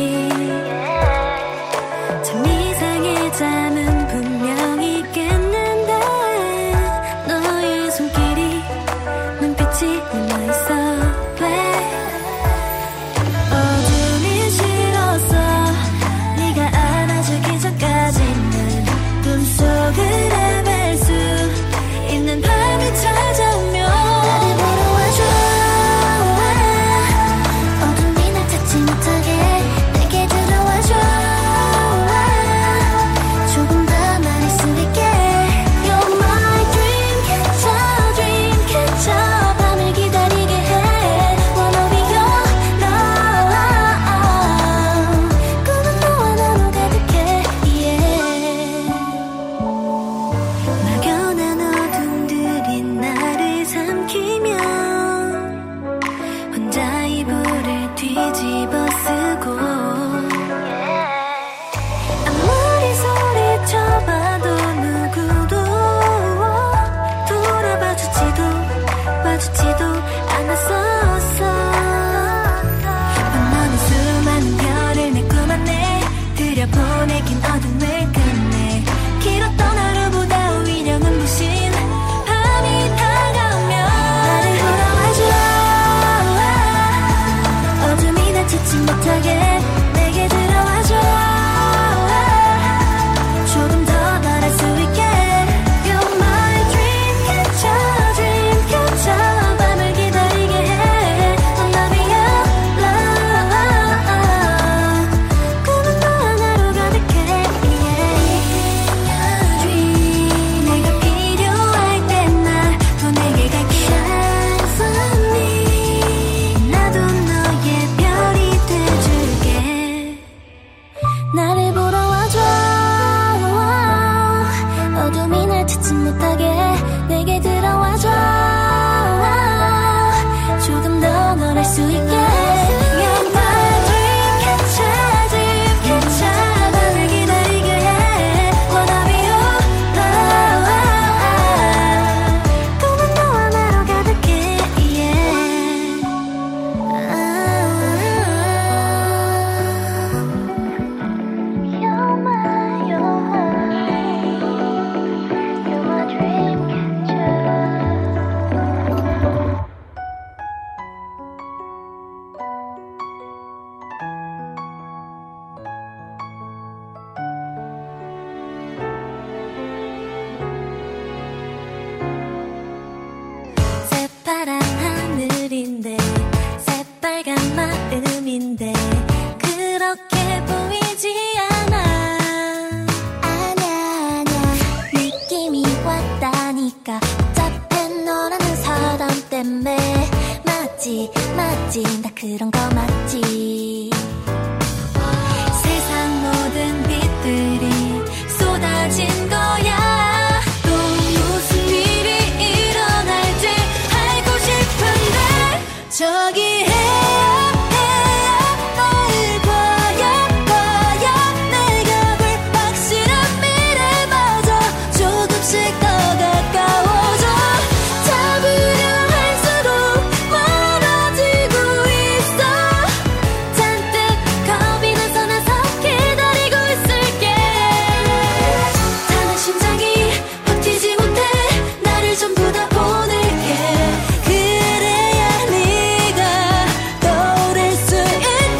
참 이상해 잠은 분명히 깼는데 너의 손길이 눈빛이 남아있어 왜 어둠이 싫었어 네가 안아주기 전까지는 꿈속을 헤맬 수 있는 밤이 찾아오면 나를 보러 와줘 어둠이 날 찾지 못하게 내게 들어와줘 조금 더 말할 수 있게 You're my dream catcher dream catcher 밤을 기다리게 해 Wanna be your love 꿈은 너와 나로 가득해 yeah. 막연한 어둠들이 나를 삼키면 혼자 이불을 뒤집어 쓰고 아무리 소리쳐봐도 누구도 돌아봐주지도 봐주지도 않았었어 너는 수많은 별을 내 꿈 안에 들여보내긴 어둠을 끝내 길었던 하루보다 오히려 눈부신 밤이 다가오면 나를 돌아와줘 어둠이 날 찾지 못하게 내게 들어와줘 조금 더 말할 수 있게 You're my dream catcher dream catcher 밤을 기다리게 해 Wanna be your love 꿈은 너 하나로 가득해 yeah. Dream 내가 필요할 땐 나 또 내게 갈게 Shine for me 나도 너의 별이 돼줄게 나를 보러 와줘 어둠이 날 찾지 못하게 내게 들어와줘 조금 더 널 알 수 있게 You're my dream catcher dream catcher 밤을 기다리게 해 Wanna be your love 꿈은 너와 나로 가득해 yeah. You're my, you're my, you're my dream catcher. 새파란 하늘인데 새빨간 마음인데 그렇게 보이지 않아 아냐 아냐 느낌이 왔다니까 복잡해 너라는 사람 때문에 맞지 맞지 나 그런 거 맞지 세상 모든 빛들이 쏟아진 거야 또 무슨 일이 일어날지 알고 싶은데 저기 해야 해야 날 봐야 봐야 내가 볼 확실한 미래마저 조금씩 더 가까워져 잡으려 할수록 멀어지고 있어 잔뜩 겁이 나서 나서 기다리고 있을게 타는 심장이 버티지 못해 나를 전부 다 보낼게 그래야 네가 떠오를 수 있게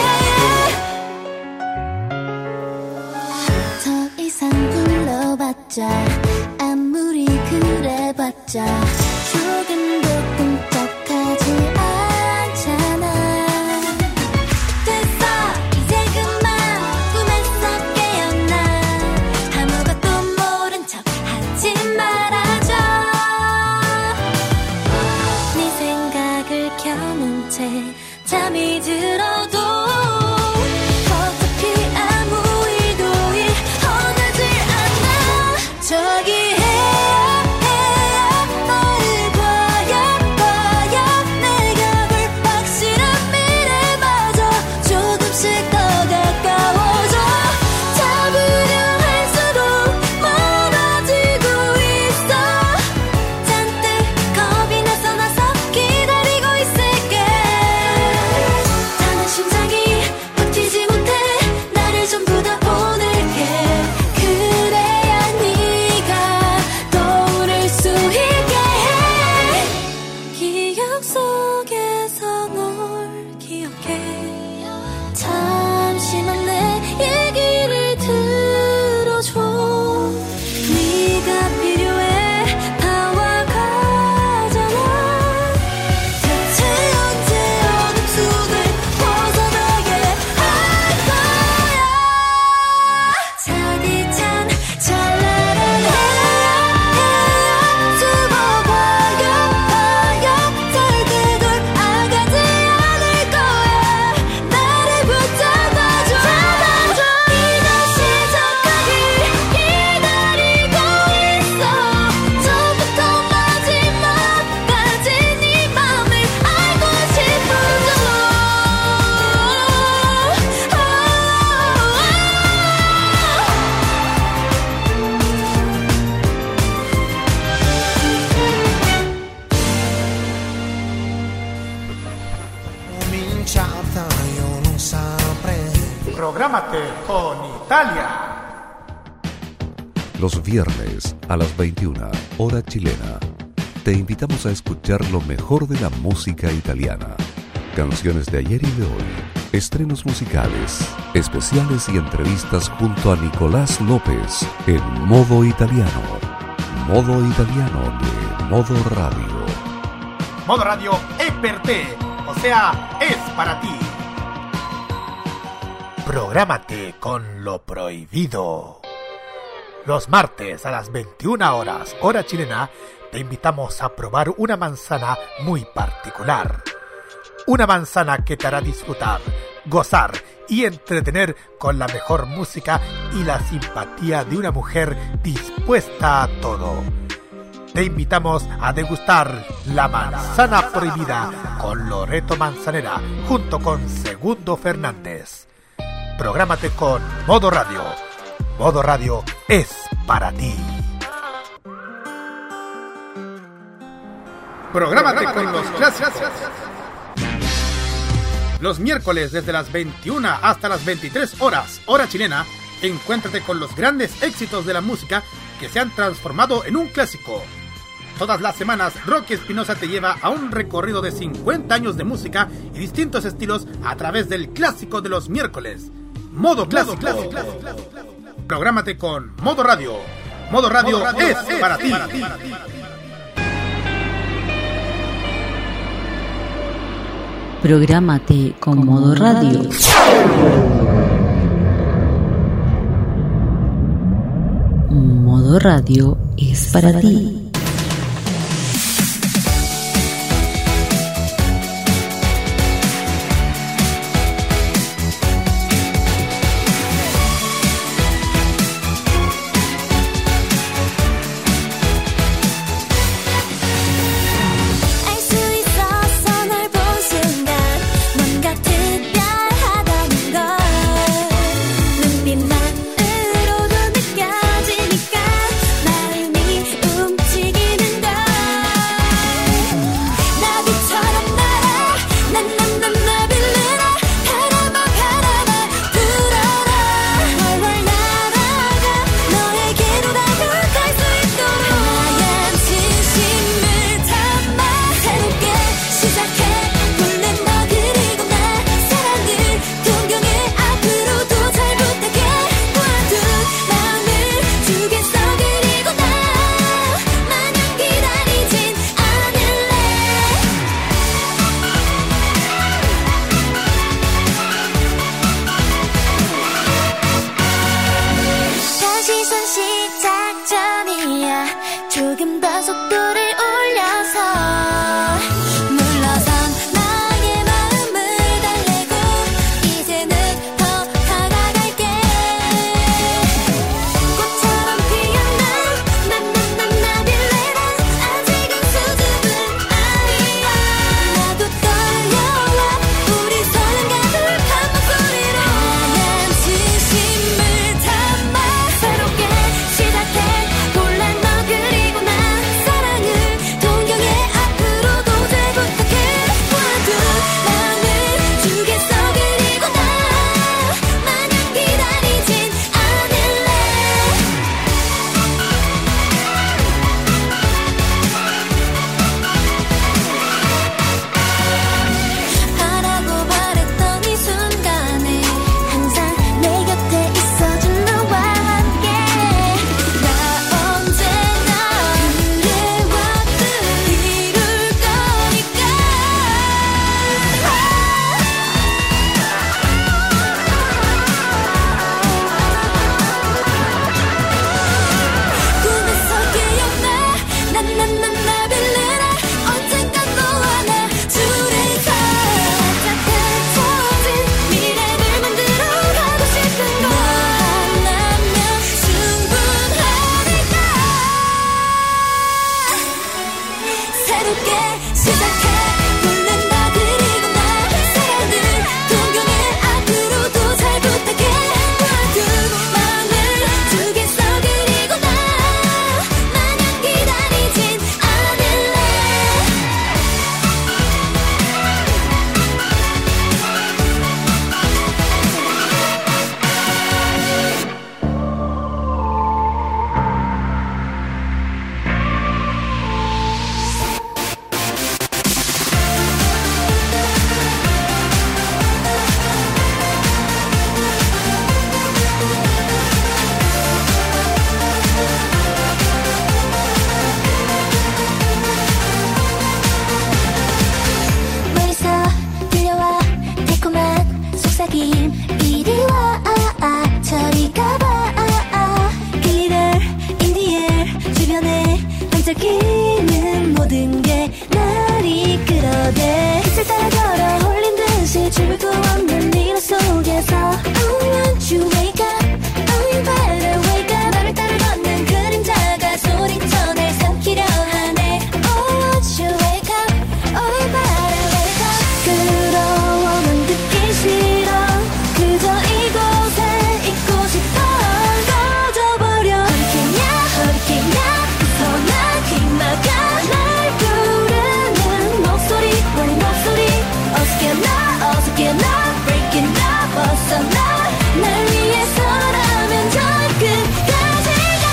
더 이상 불러봤자 아무리 그래봤자 조금도 꿈쩍하지 않잖아 됐어 이제 그만 꿈에서 깨어나 아무것도 모른 척 하지 말아줘 네 생각을 켜놓은 채 잠이 들어도 어차피 아무 일도 일어나지 않아 저기 해야 해야 날 봐야 봐야 내가 볼 확실한 미래마저 조금씩 더 가까워져 잡으려 할수록 멀어지고 있어 잔뜩 겁이 나서 나서 기다리고 있을게 속에서 널 기억해 잠시만 내 얘기를 들어줘 네가 필요해 다 와가잖아 대체 언제 어둠 속을 벗어나게 할 거야 차디찬 찬란한 해야 두고 봐요 봐요 절대 돌아가지 않을 거야 나를 붙잡아줘 잡아줘 이제 시작하길 기다리고 있어 처음부터 마지막까지 네 맘을 알고 싶어져 Cominciata io non saprei. Prográmate con Italia. Los viernes a las veintiuna, hora chilena, te invitamos a escuchar lo mejor de la música italiana. Canciones de ayer y de hoy, estrenos musicales, especiales y entrevistas junto a Nicolás López en Modo Italiano. Modo Italiano de Modo Radio. Modo Radio es per te, o sea, es para ti. Prográmate con lo prohibido. Los martes a las veintiuna horas, hora chilena, te invitamos a probar una manzana muy particular. Una manzana que te hará disfrutar, gozar y entretener con la mejor música y la simpatía de una mujer dispuesta a todo. Te invitamos a degustar la manzana prohibida con Loreto Manzanera junto con Segundo Fernández. Prográmate con Modo Radio. Modo Radio es para ti. Prográmate con los clásicos. Los miércoles desde las veintiuna hasta las veintitrés horas, hora chilena, encuéntrate con los grandes éxitos de la música que se han transformado en un clásico. Todas las semanas, Rocky Espinosa te lleva a un recorrido de cincuenta años de música y distintos estilos a través del clásico de los miércoles. Modo Clásico. Modo clásico. Prográmate con Modo Radio. Modo Radio, Modo Radio es, es para ti. Para ti. Prográmate con Modo Radio. Modo Radio es para ti. 눈빛만으로도 느껴지니까 마음이 움찔 벽에 빛을 따라 걸어 홀린 듯이 줄 거 없는 네 속에서 Oh won't you wake up Oh you better wake up 너를 따라 걷는 그림자가 소리쳐 날 삼키려 하네 Oh won't you wake up Oh you better wake up 끌어오면 듣기 싫어 그저 이곳에 있고 싶어 꺼져버려 허리케인이야 허리케인이야 웃어나 빗막아 날 부르는 목소리 우리 목소리 어서 깨어나 어서 깨어나 Breaking up 벗어나 날 위해서라면 저 끝까지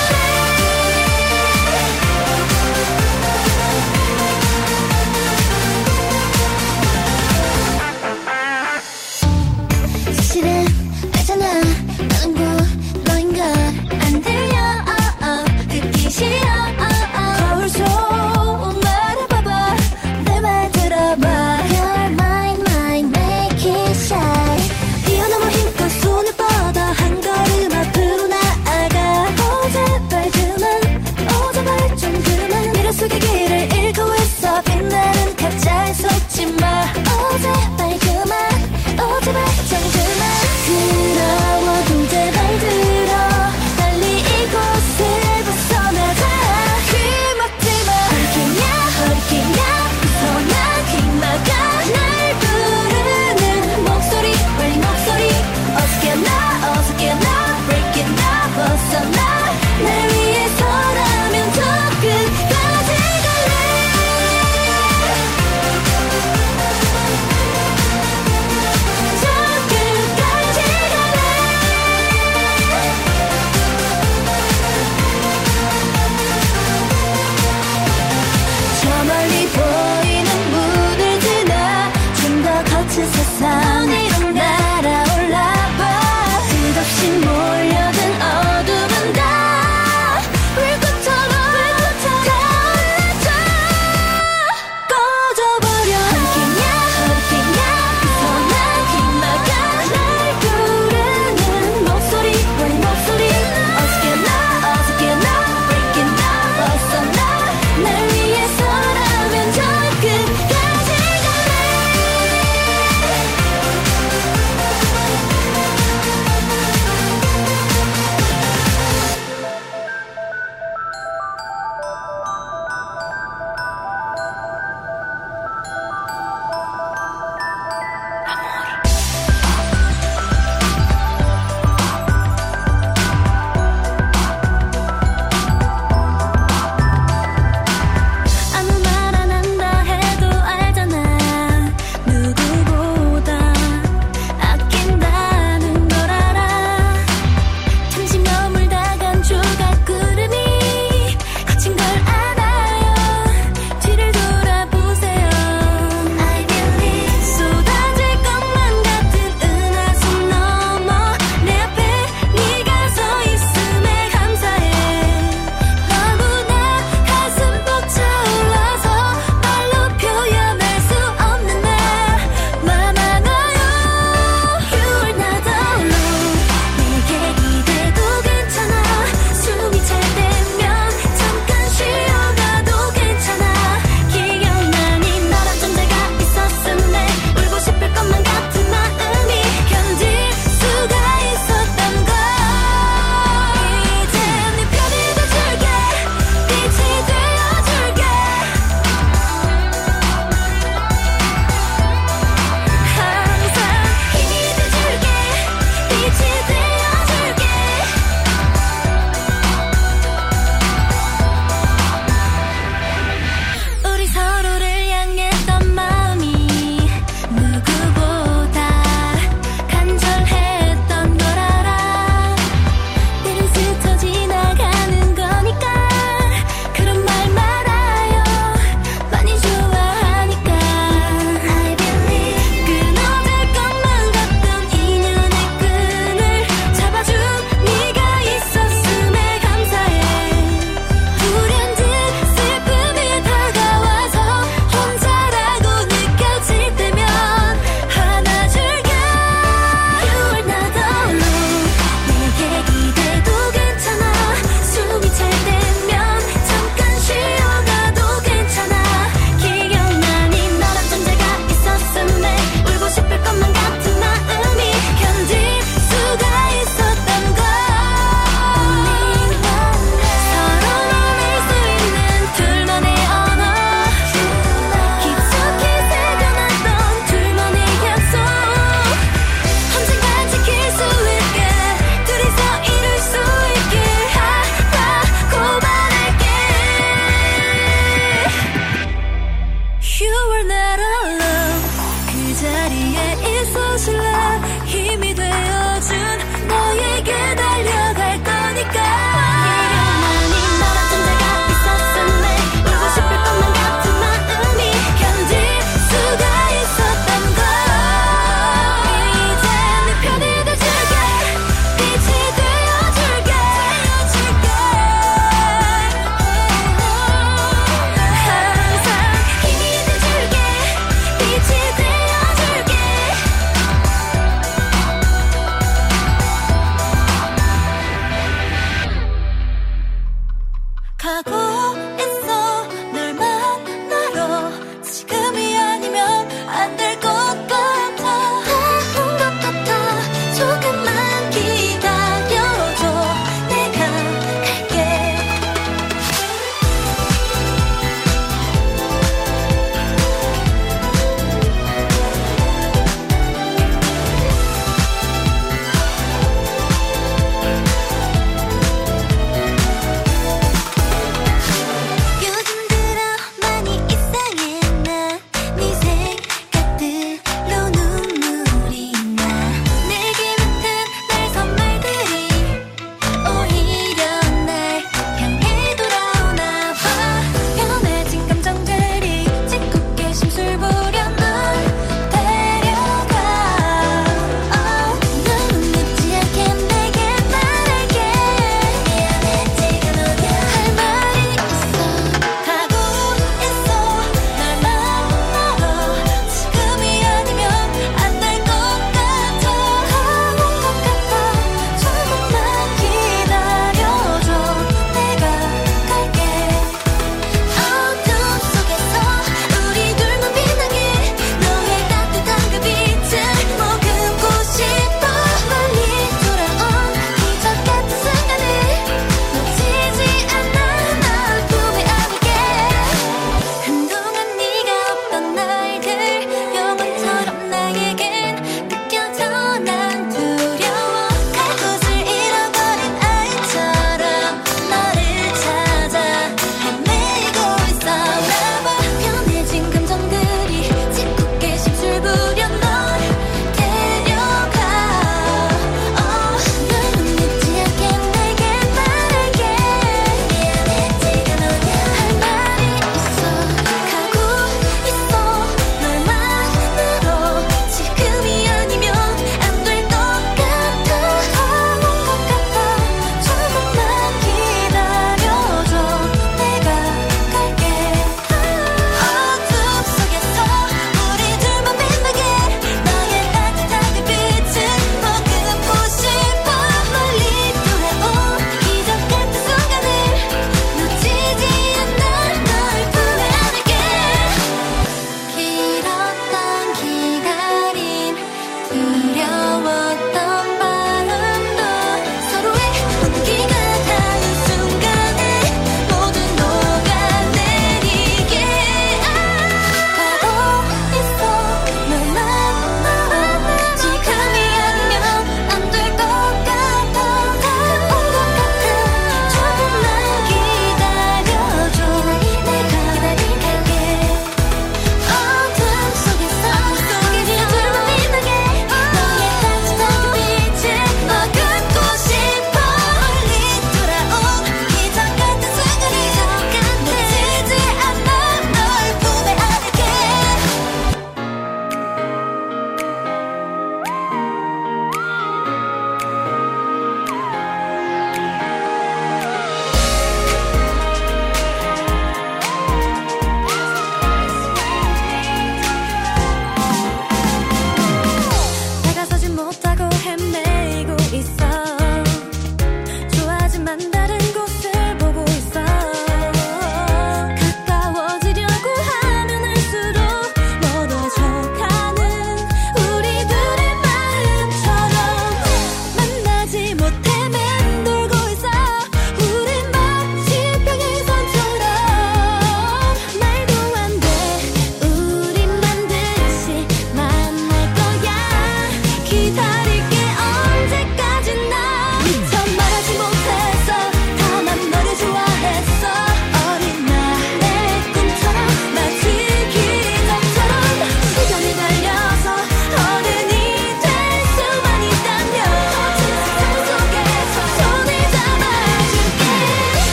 갈래 사실은 알잖아 나는 곧 너인 걸 안 들려 oh, oh, 듣기 싫어 oh, oh. 거울 속 말해봐봐 내 말 들어봐 You're mine mine make it shine 뛰어넘어 힘껏 손을 뻗어 한 걸음 앞으로 나아가 오 제발 그만 오 제발 좀 그만 미련 속의 길을 잃고 있어 빛나는 가짜에 속지마 오 제발 그만 오 제발 좀 그만 부끄러워도 제발 들어 빨리 이곳을 벗어나자 귀 막지마 허리케인이야 허리케인이야 웃어나 빗막아 날 부르는 목소리 빨리 목소리 어서 깨어나 어서 깨어나 Break it up 벗어나 날 위해서라면 저 끝까지 갈래 저 끝까지 갈래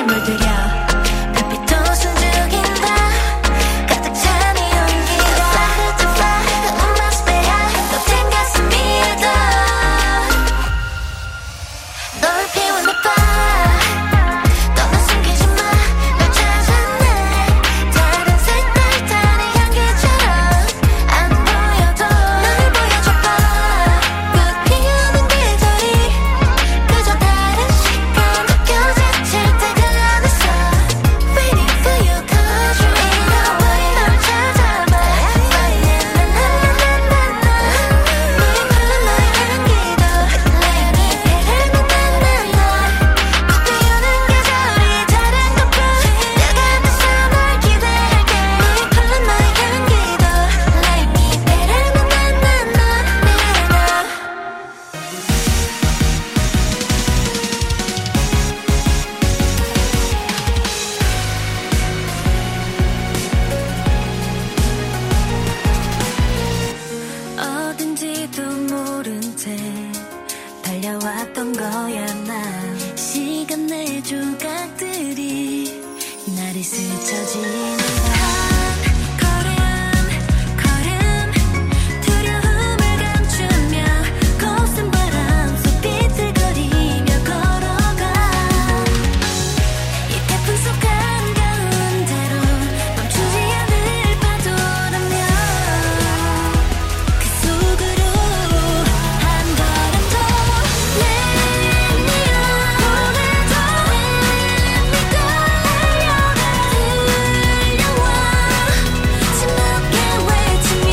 물들여 달빛도 숨죽인다 가득 찬 이 온기가 Fly to fly the moon must be high 너된 가슴 위에도 널 피우는 밤 떠나 숨기지 마 널 찾았네 다른 색깔 다른 향기처럼 안 보여도 널 보여줘봐 꽃 피우는 계절이 그저 다른 시간 느껴지질 때가 있어 Waiting for you cause you ain't no way 널 찾아봐 Flying 나나나나나 너의 푸른 너의 향기도 Let me 배를 만나나 꽃 피우는 계절이 다른 것뿐 내가 앞에서 널 기다릴게 너의 푸른 너의 향기도 Let me 배를 만나나 어딘지도 모른 채 달려왔던 거야 난 시간 내 조각들이 나를 스쳐지는 한 걸음 걸음 두려움을 감추며 거센 바람 속 비틀거리며 걸어가 이 태풍 속 한가운 대로 멈추지 않을 파도라며 그 속으로 한 걸음 더 Let me on 오늘도 Let me go 달려가 들려와 침묵의 외침이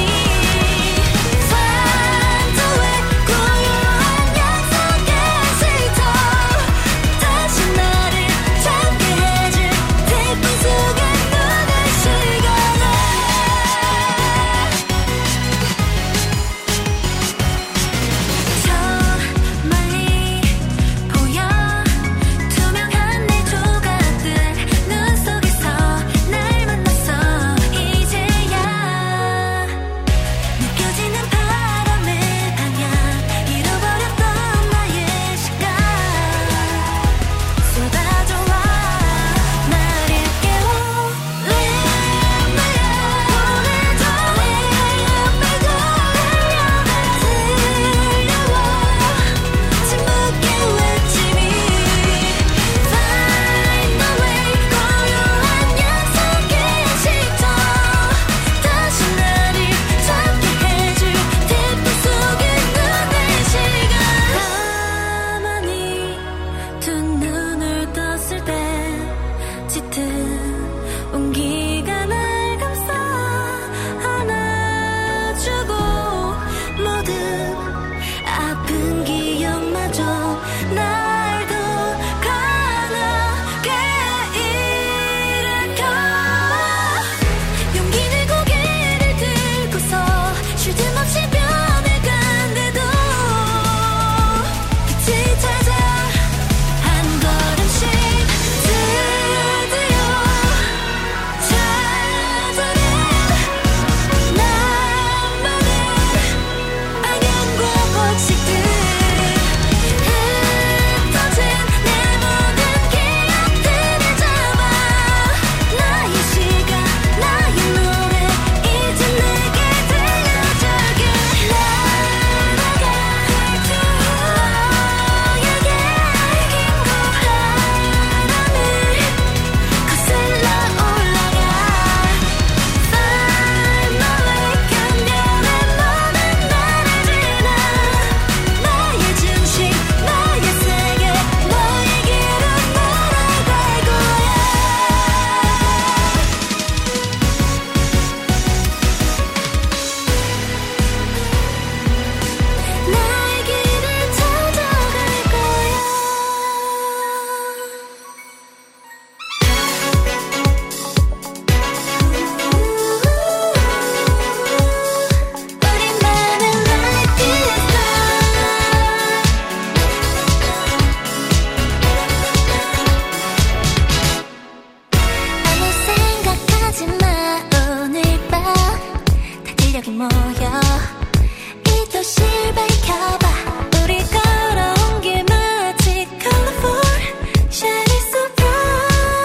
Find a way 고요한 약속의 쉼터 다시 나를 찾게 해줄 태풍 속에 눈을 시간에 저 멀리 보여 투명한 내 조각들 눈 속에서 날 만났어 이제야 느껴지는 바람의 방향 잃어버렸던 나의 시간 쏟아져와 나를 깨워 Let me on 오늘도 Let me go 달려가 들려와 침묵의 외침이 Find a way 고요한 약속의 쉼터 다시 나를 찾게 해줄 태풍 속에 눈을 시간 가만히 두 눈을 떴을 때 짙은 온기가 날 감싸 안아주고 모든 아픈 기억마저 날 더 강하게 일으켜 용기 내 고개를 들고서 쉴 틈 없이 변해간대도 빛을 찾아 한 걸음씩 드디어 찾아낸 나만의 방향과 법칙들 흩어진 내 모든 기억들을 잡아 나의 시간 나의 노래 이제 내게 들려줄게 날아가 너에게 긴 바람이 거슬러 올라가 Find a way 견뎌낸 모든 날을 지나 나의 중심 나의 세계 너의 길은 날아갈 거야 나의 길을 찾아갈 거야 우리만의 life is 아무 생각하지 마 오늘 밤 다들 여기 모여 이 도시를 밝혀봐 우리 걸어온 길 마치 colorful shining so bright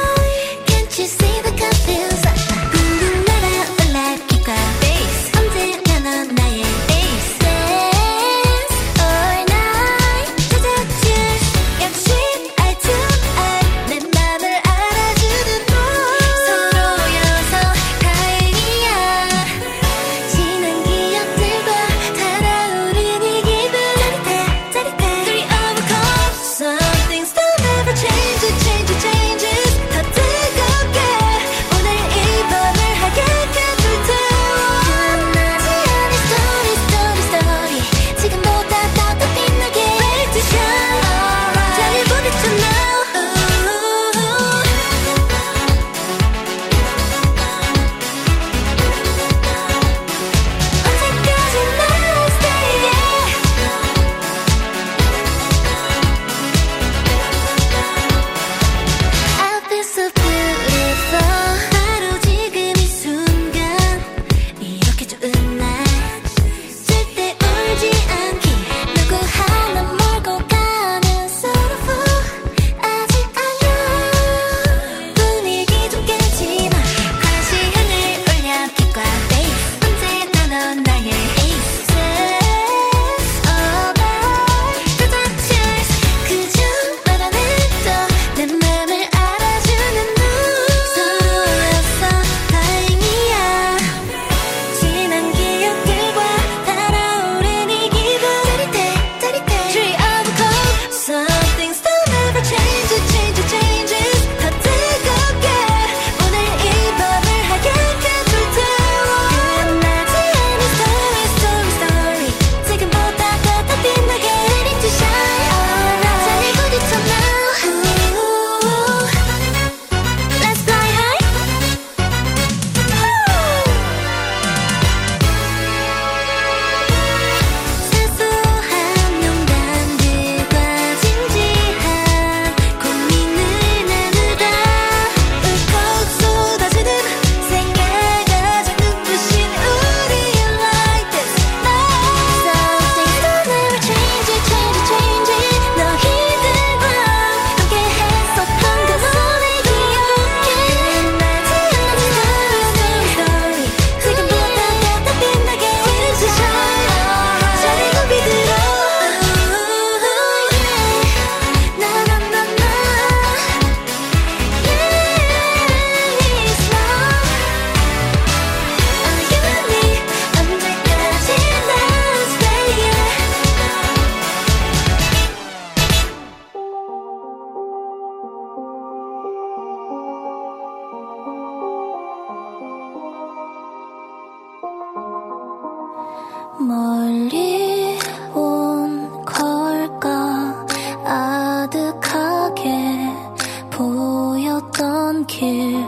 걷던 길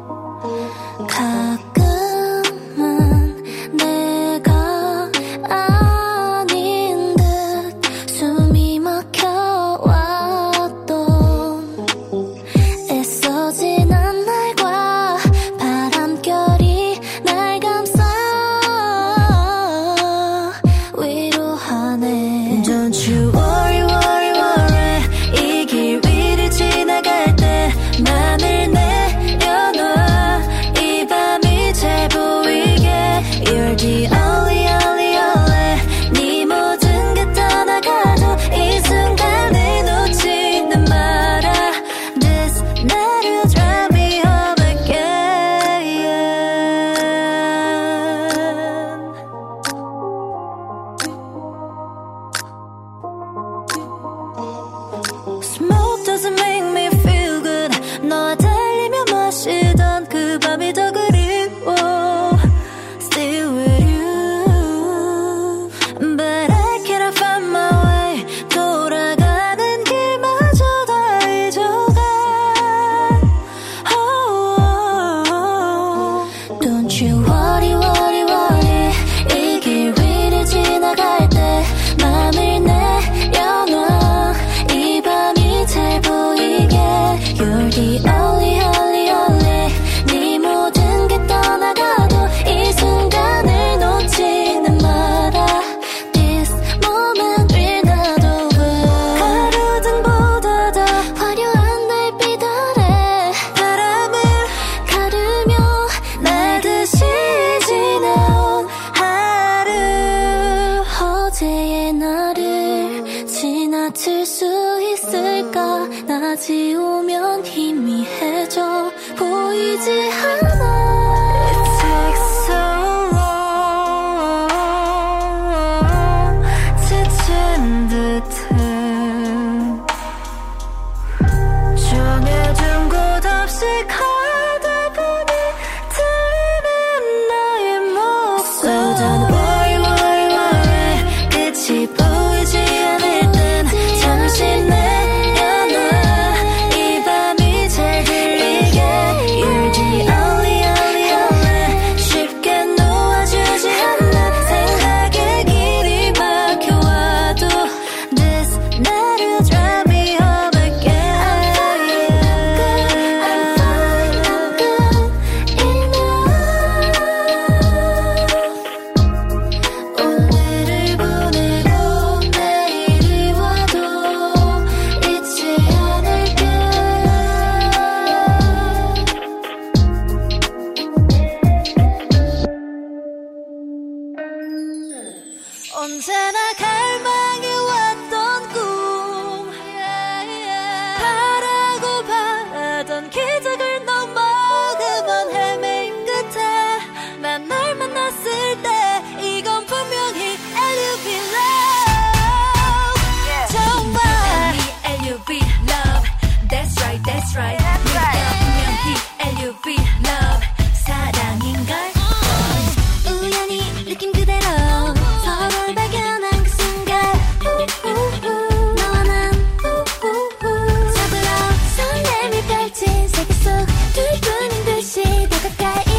가끔은 내가 아닌 듯 숨이 막혀왔던 애써 지난 날과 바람결이 날 감싸 위로하네. Don't you worry worry worry 이 길 위를 지나갈 때 맘을 내려놔 이 밤이 잘 보이게 You're the only only only 네 모든 게 떠나가도 이 순간을 놓지는 마라 This 나를 drive me home again. Smoke doesn't make me feel good 너와 달리며 마시던 그 밤이 더 그리워 Still with you But I cannot find my way 돌아가는 길마저 다 잊어가 oh, Don't you worry worry worry 이 길 위를 지나갈 때 맘을 내려놔 이 밤이 잘 보이게 You're the only only only 네 모든 게 떠나가도 이 순간을 놓지는 마라 This moment will not over 가로등보다 더 화려한 달빛 아래 바람을 가르며 날듯이 지나온 하루 어제의 나를 지나칠 수 있을까 나 지우면 희미해져 보이지 않아 It takes so long 지친 듯해 정해둔 곳 없이 가다 보니 들리는 나의 목소리 So don't worry worry worry 끝이 보이지 않을 땐 잠시 내려놔 이 밤이 잘 들리게 You're the only only only 쉽게 놓아주지 않는 생각에 길이 막혀와도 This 나를 drive me home again I'm fine I'm good enough 오늘을 보내고 내일이 와도 잊지 않을게 언제나 갈망해왔던 꿈 바라고 바라던 기적을 넘어 그만 헤매임 끝에 난 널 만났을 때 이건 분명히 L U V love 정말 L U V love That's right that's right 이건 분명히 L U V love 사랑인걸 우연히 느낌 그대로 서로를 발견한 그 순간 너와 난 서둘러 설렘이 펼친 세계 속 둘뿐인 듯이 더 가까이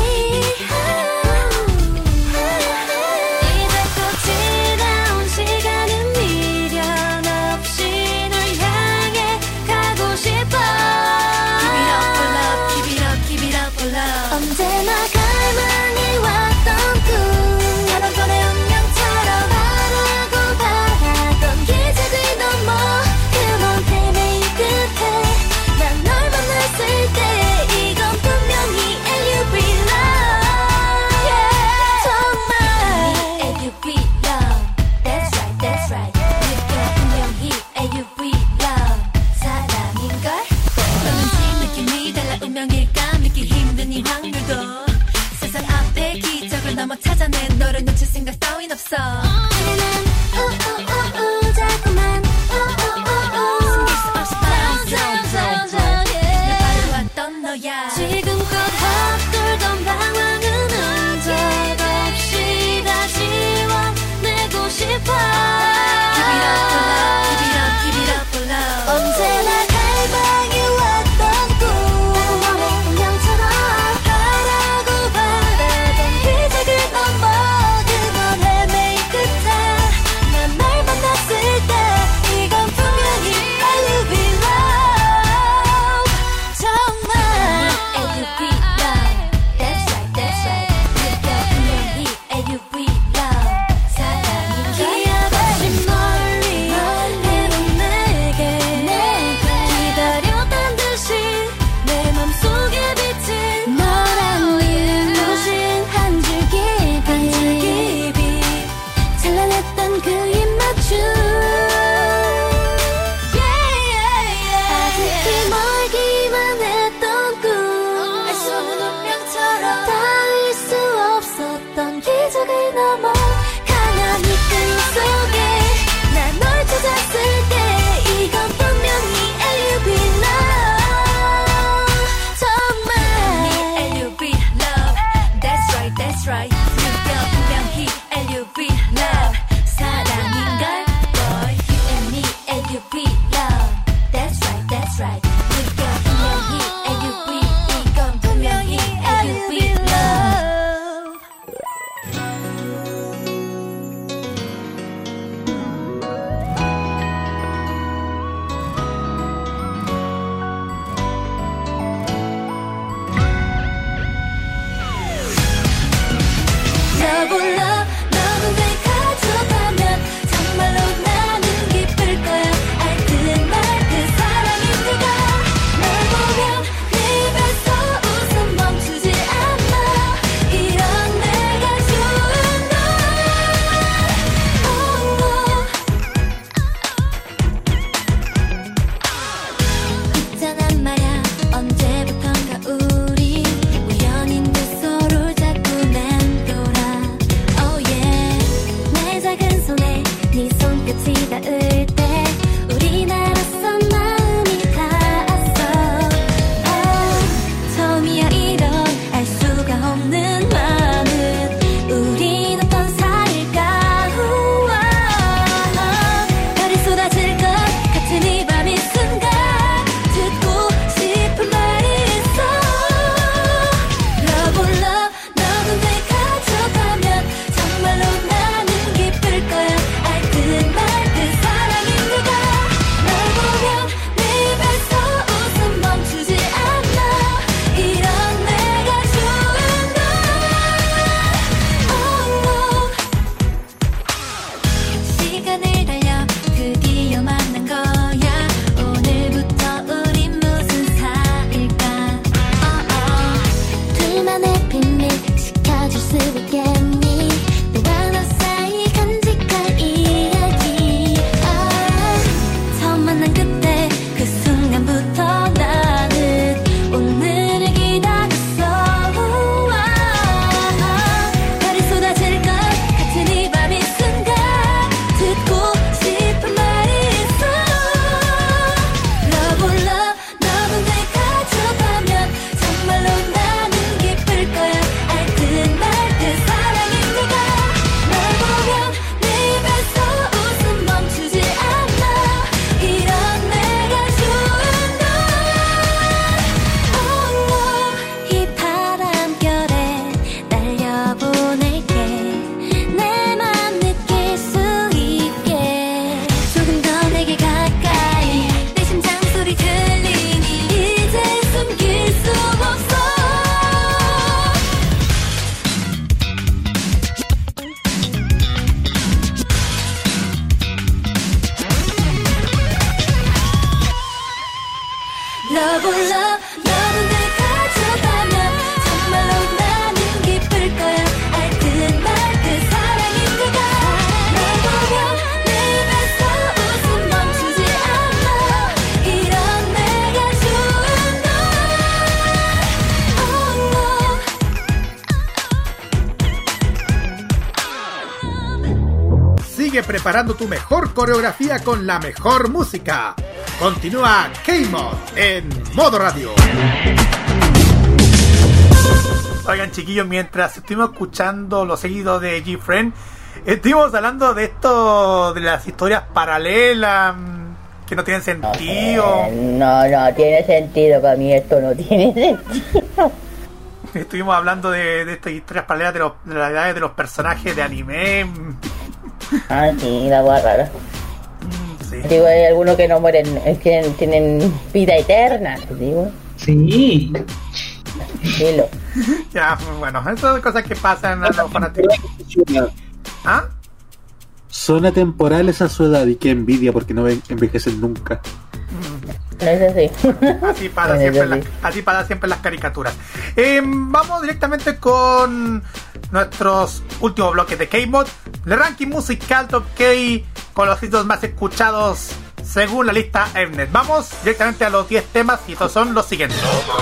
이제 또 지나온 시간은 미련 없이 널 향해 가고 싶어 Give it up for love Give it up Give it up for love 언제나 갈망해왔던 꿈 여러 번의 운명처럼 바라고 바라던 기적을 넘어 그먼 헤매임 끝에 난 널 만났을 때 이건 분명히 L U V love 정말 L U V love That's right that's right 이건 분명히 L U V love 사랑인걸 어떤지 느낌이 달라 운명일까 믿기 힘든 이 확률도 세상 앞에 기적을 넘어 찾아낸 너를 놓칠 생각 따윈 없어 이제는 우우우우 자꾸만 우우우우 숨길 수 없이 빠져 늘 바라왔던 너야 지금껏 헛돌던 방황은 흔적 없이 다 지워내고 싶어 Give it up for love Give it up Give it up for love 언제나 갈망해왔던 꿈 Love or love 너는 왜 가져가면 정말로 나는 기쁠 거야 알듯 말듯 사랑인 네가 날 보면 네 입에서 웃음 멈추지 않아 이런 내가 좋은 너 있잖아 말야 언제부턴가 우리 우연인 듯 서로를 자꾸 맴돌아 Oh yeah 내 작은 손에 네 손끝이 닿을 때 우린 알았어 마음이 닿았어 oh, 처음이야 이런 알 수가 없는 마음은 우린 어떤 사이일까 우와, 별이 쏟아질 것 같은 이 밤 이 순간 듣고 싶은 말이 있어 Love or love 너는 왜 가져가면 정말로 나는 기쁠 거야 알듯 말듯 사랑인 네가 날 보면 내 입에서 웃음 멈추지 않아 이런 내가 좋은 너 시간을 달려 드디어 만난 거야 오늘부터 우린 무슨 사이일까 oh, oh. 둘만의 비밀 지켜줄 수 있겠니 너와 나 사이 간직할 이야기 아, 처음 만난 그때 그 순간부터 나는 오늘을 기다렸어 우와, 별이 쏟아질 것 같은 이 밤 이 순간 듣고 싶은 말이 있어 Love or love 너는 왜 가져가면 정말로 나는 기쁠 거야 알듯 말듯 사랑인 네가 날 보면 내 입에서 웃음 멈추지 않아 이런 내가 좋은 너 oh, 이 바람결에 날려보낼게 내 맘 느낄 수 있게 조금 더 내게 가까이 내 심장 소리 들리니 이제 숨길 수 없어 Love or love 너는 왜 가져가면 정말로 나는 기쁠 거야 알듯 말듯 사랑인 네가 날 보면 내 입에서 웃음 멈추지 않아 이런 내가 좋은 너 Sigue preparando tu mejor coreografía con la mejor música. Continúa K-Mod en Modo Radio. Oigan, chiquillos, mientras estuvimos escuchando los seguidos de G-Friend, estuvimos hablando de esto, de las historias paralelas que no tienen sentido. No, no tiene sentido, para mí esto no tiene sentido. Estuvimos hablando de, de estas historias paralelas de, los, de las edades de los personajes de anime. Ah, sí, la hueá rara. Sí. Digo, hay algunos que no mueren, es que tienen vida eterna, digo. Sí. Dilo. Ya, bueno, esas son cosas que pasan a los fanáticos. ¿Ah? Son atemporales a su edad y qué envidia porque no envejecen nunca. No es así. Así pasa, siempre, en la, así pasa siempre en las caricaturas. Eh, vamos directamente con nuestros últimos bloques de K-Mod. El ranking musical Top K con los títulos más escuchados según la lista Mnet. Vamos directamente a los diez temas y estos son los siguientes.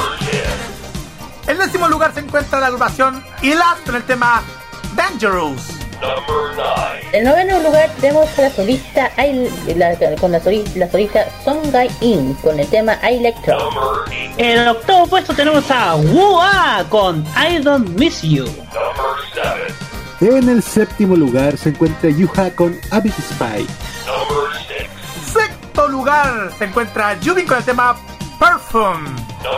En el décimo lugar se encuentra la agrupación Elast con el tema Dangerous. En el noveno lugar tenemos a la solista I, la, con la solista, la solista Songai In con el tema I Electro. En el octavo puesto tenemos a Wua con I Don't Miss You. En el séptimo lugar se encuentra Yuha con A Big Spy. Sexto lugar se encuentra Yubin con el tema Perfume.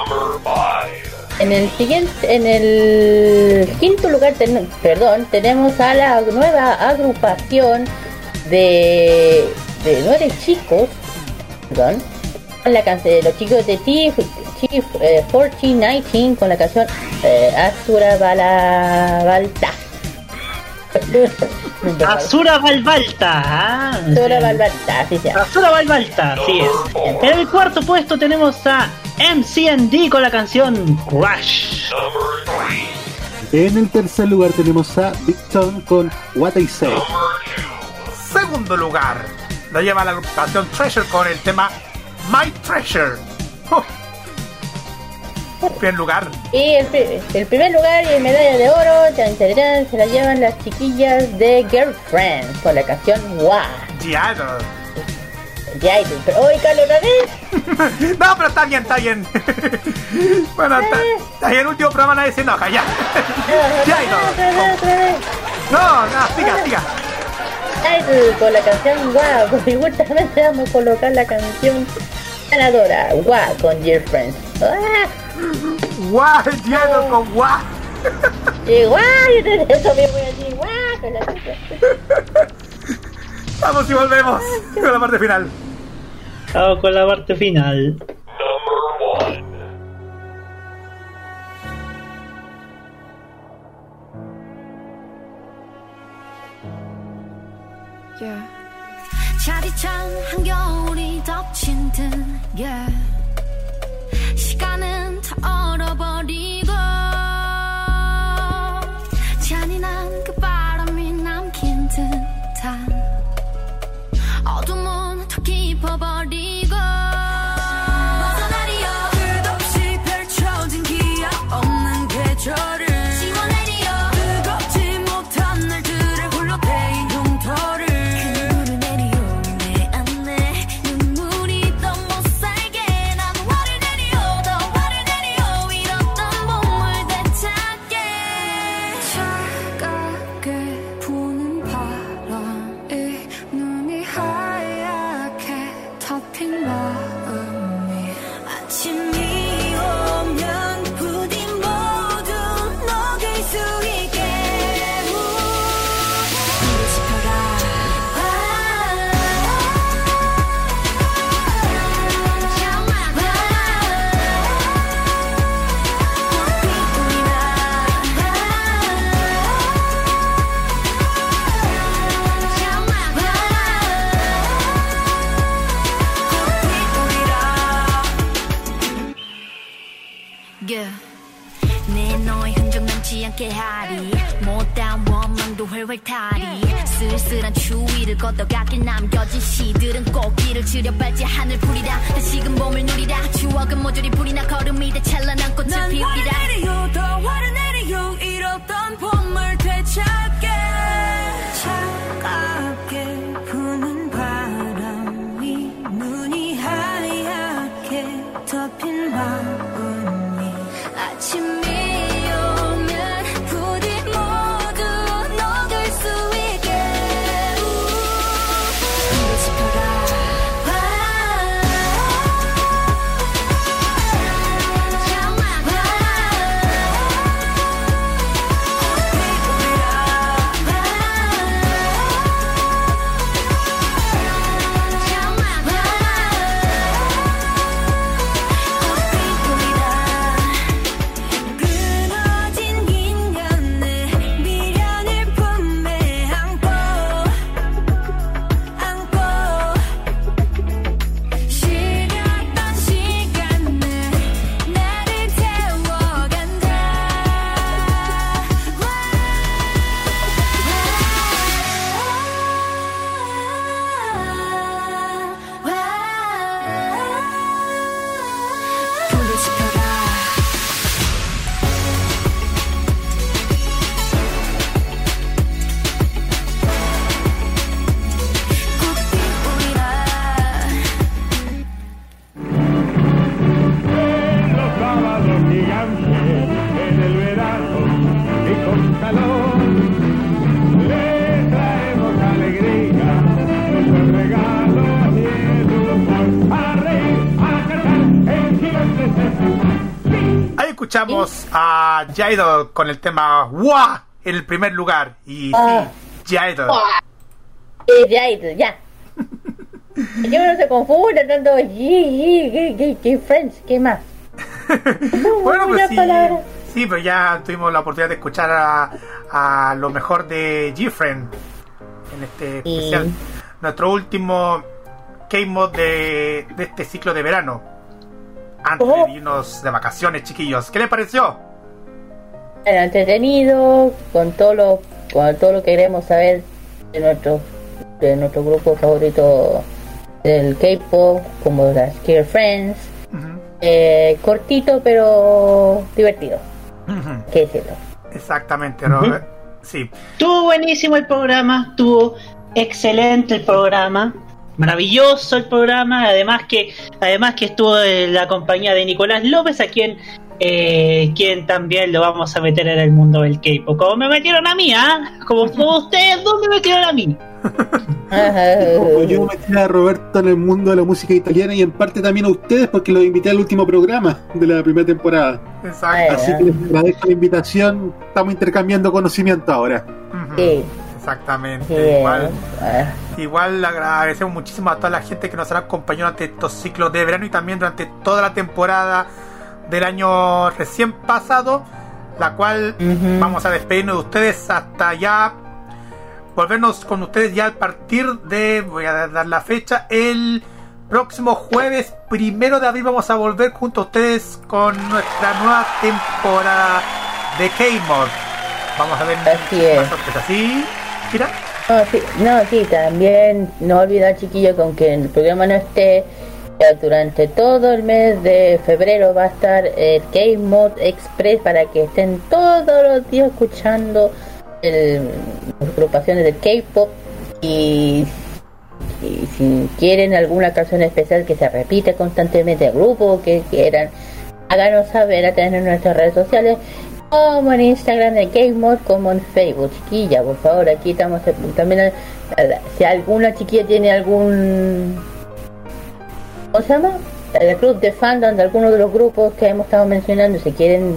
En el siguiente, en el quinto lugar, ten, perdón, tenemos a la nueva agrupación de, de nueve chicos, perdón, la canción de los chicos de T eh, catorce diecinueve con la canción eh, Asura Bala Balta. Asura Valvalta. Ah, Asura sí. Valvalta, sí, sí. Asura Valvalta, así es. En el cuarto puesto tenemos a M C N D con la canción Crash. En el tercer lugar tenemos a Big Tone con What I Say. Segundo lugar lo lleva la agrupación Treasure con el tema My Treasure. Oh. Primer lugar. Y el, el primer lugar y el medalla de oro tan, tan, tan, se la llevan las chiquillas de Girlfriend con la canción Wow. The Idol. The Idol. Pero hoy Carlos otra vez. No, pero está bien, está bien. Bueno, está, está bien. El último programa nadie se enoja, ya. The Idol. No, no, siga, siga. Idol con la canción Wow. Y justamente vamos a colocar la canción ganadora Wow con Girlfriend. ¡Ah! ¡Guau! El hielo con guau. ¡Guau! Eso me voy a decir guau con la chica. Vamos y volvemos con la parte final. Vamos con la parte final. Yeah. 차디찬 한겨울이 덮친 듯 yeah. 시간은 다 얼어버리고 잔인한 그 바람이 남긴 듯한 어둠은 더 깊어버리고 벗어나리요 끝없이 펼쳐진 기억 없는 계절을 지워내리요 뜨겁지 못한 날들의 홀로 데인 흉터를 그물을 내리요 내 안에 눈물이 더 못살게 난 화를 내리요 더 화를 내리요 잃었던 몸을 되찾게 차갑게 부는 바람에 눈이 하얗게 덮인 마음이 아침이 오면 부디 모두 녹일 수 있게 불을 지펴라 Yeah. 내 너의 흔적 남지 않게 하리 못다운 원망도 훨훨 타리 쓸쓸한 추위를 걷어가길 남겨진 시들은 꽃길을 지려발지 하늘 풀이라 다시금 봄을 누리라 추억은 모조리 불이 나 걸음이 돼 찬란한 꽃을 피우리라 난 화를 내리요 더 화를 내리요 잃었던 봄을 되찾게 차갑게 부는 바람이 눈이 하얗게 덮인 마음이 아침이 오면 부디 모두 녹을 수 있게 불을 지펴라 Escuchamos a Jidal con el tema Wow en el primer lugar. Y ah. sí, Jidal. Sí, Jidal, ya. Yo no se confunda tanto. ¿Qué Friends? ¿Qué más? Bueno, pues sí, Sí, pero ya tuvimos la oportunidad de escuchar a, a lo mejor de G-Friend en este especial. Sí. Nuestro último K-Mod de, de este ciclo de verano. Antes oh. de irnos de vacaciones, chiquillos. ¿Qué les pareció? Era entretenido, con todo lo, con todo lo que queremos saber de nuestro, de nuestro grupo favorito del K-pop, como las Scare Friends. Uh-huh. Eh, cortito pero divertido. Uh-huh. ¿Qué decirlo? Exactamente, Robert. Uh-huh. Sí. Estuvo buenísimo el programa, estuvo excelente el programa, maravilloso el programa, además que además que estuvo en la compañía de Nicolás López, a quien eh, quien también lo vamos a meter en el mundo del K-pop, como me metieron a mí, ¿ah? ¿eh? Como, como ustedes dos me metieron a mí. Como yo metí a Roberto en el mundo de la música italiana y en parte también a ustedes porque los invité al último programa de la primera temporada. Exacto. Así que les agradezco la invitación, estamos intercambiando conocimiento ahora. Uh-huh. Sí. Exactamente, sí. igual igual agradecemos muchísimo a toda la gente que nos ha acompañado durante estos ciclos de verano y también durante toda la temporada del año recién pasado, la cual uh-huh. vamos a despedirnos de ustedes hasta ya volvernos con ustedes ya a partir de, voy a dar la fecha, el próximo jueves primero de abril vamos a volver junto a ustedes con nuestra nueva temporada de K-Mod. Vamos a ver más sorpresas, ¿sí? ¿Mira? No, sí, no, sí, también no olvidar, chiquillos, con que el programa no esté, ya durante todo el mes de febrero va a estar el K-Mod Express para que estén todos los días escuchando el, las agrupaciones del K-Pop y, y si quieren alguna canción especial que se repite constantemente al grupo, que quieran, háganos saber a través de nuestras redes sociales, como en Instagram de K-Mod, como en Facebook. Chiquilla, por favor, aquí estamos también. Si alguna chiquilla tiene algún, ¿cómo se llama? El club de fandom de alguno de los grupos que hemos estado mencionando, si quieren,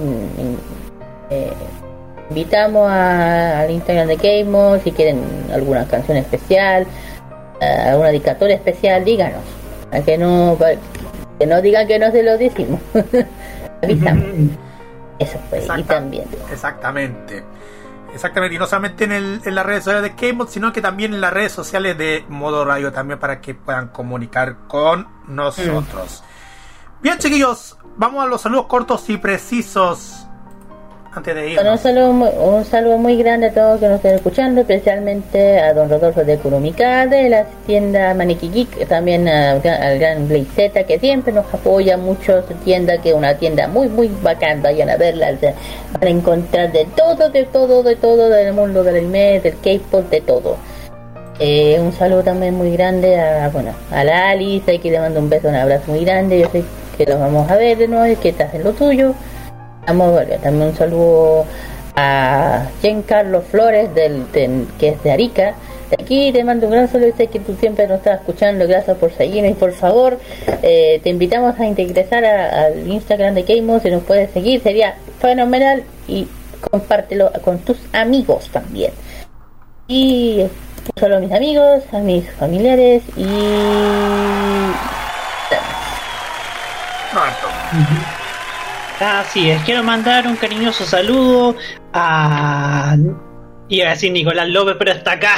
eh, invitamos a, al Instagram de K-Mod. Si quieren alguna canción especial, uh, alguna dedicatoria especial, díganos, a que no que no digan que no se lo decimos. Avisamos. Eso fue. Exacta, y también exactamente exactamente y no solamente en, el, en las redes sociales de K-Mod, sino que también en las redes sociales de Modo Radio, también para que puedan comunicar con nosotros. mm. Bien, chiquillos, vamos a los saludos cortos y precisos antes de ir. Un saludo, muy, un saludo muy grande a todos los que nos estén escuchando, especialmente a don Rodolfo de Kurumika de la tienda Maneki Geek, también a, al gran Blade Z, que siempre nos apoya mucho su tienda, que es una tienda muy muy bacán. Vayan a verla, van a encontrar de todo, de todo, de todo del mundo del anime, del K-pop, de todo. Eh, un saludo también muy grande a, bueno, a la Alice, que le mando un beso, un abrazo muy grande. Yo sé que los vamos a ver de nuevo y que estás en lo tuyo. Vamos a ver, también un saludo a Giancarlo Flores, del, de, que es de Arica. De aquí te mando un gran saludo, sé que tú siempre nos estás escuchando, gracias por seguirnos y por favor, eh, te invitamos a ingresar al Instagram de K-Mod, si nos puedes seguir, sería fenomenal y compártelo con tus amigos también. Y un saludo a mis amigos, a mis familiares y... Así es, quiero mandar un cariñoso saludo a... iba a decir Nicolás López, pero está acá.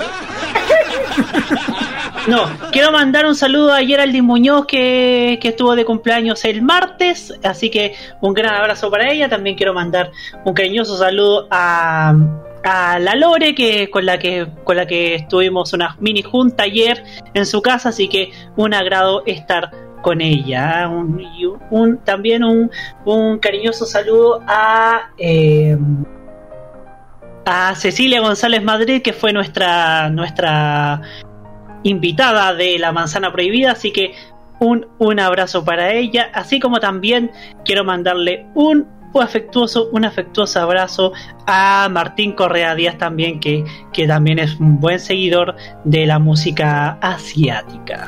No, quiero mandar un saludo a Geraldine Muñoz, que, que estuvo de cumpleaños el martes, así que un gran abrazo para ella. También quiero mandar un cariñoso saludo a, a la Lore, que con la que con la que estuvimos una mini junta ayer en su casa, así que un agrado estar con ella. Un, un, un también un, un cariñoso saludo a eh, a Cecilia González Madrid, que fue nuestra nuestra invitada de la Manzana Prohibida, así que un, un abrazo para ella, así como también quiero mandarle un, un afectuoso un afectuoso abrazo a Martín Correa Díaz también, que, que también es un buen seguidor de la música asiática.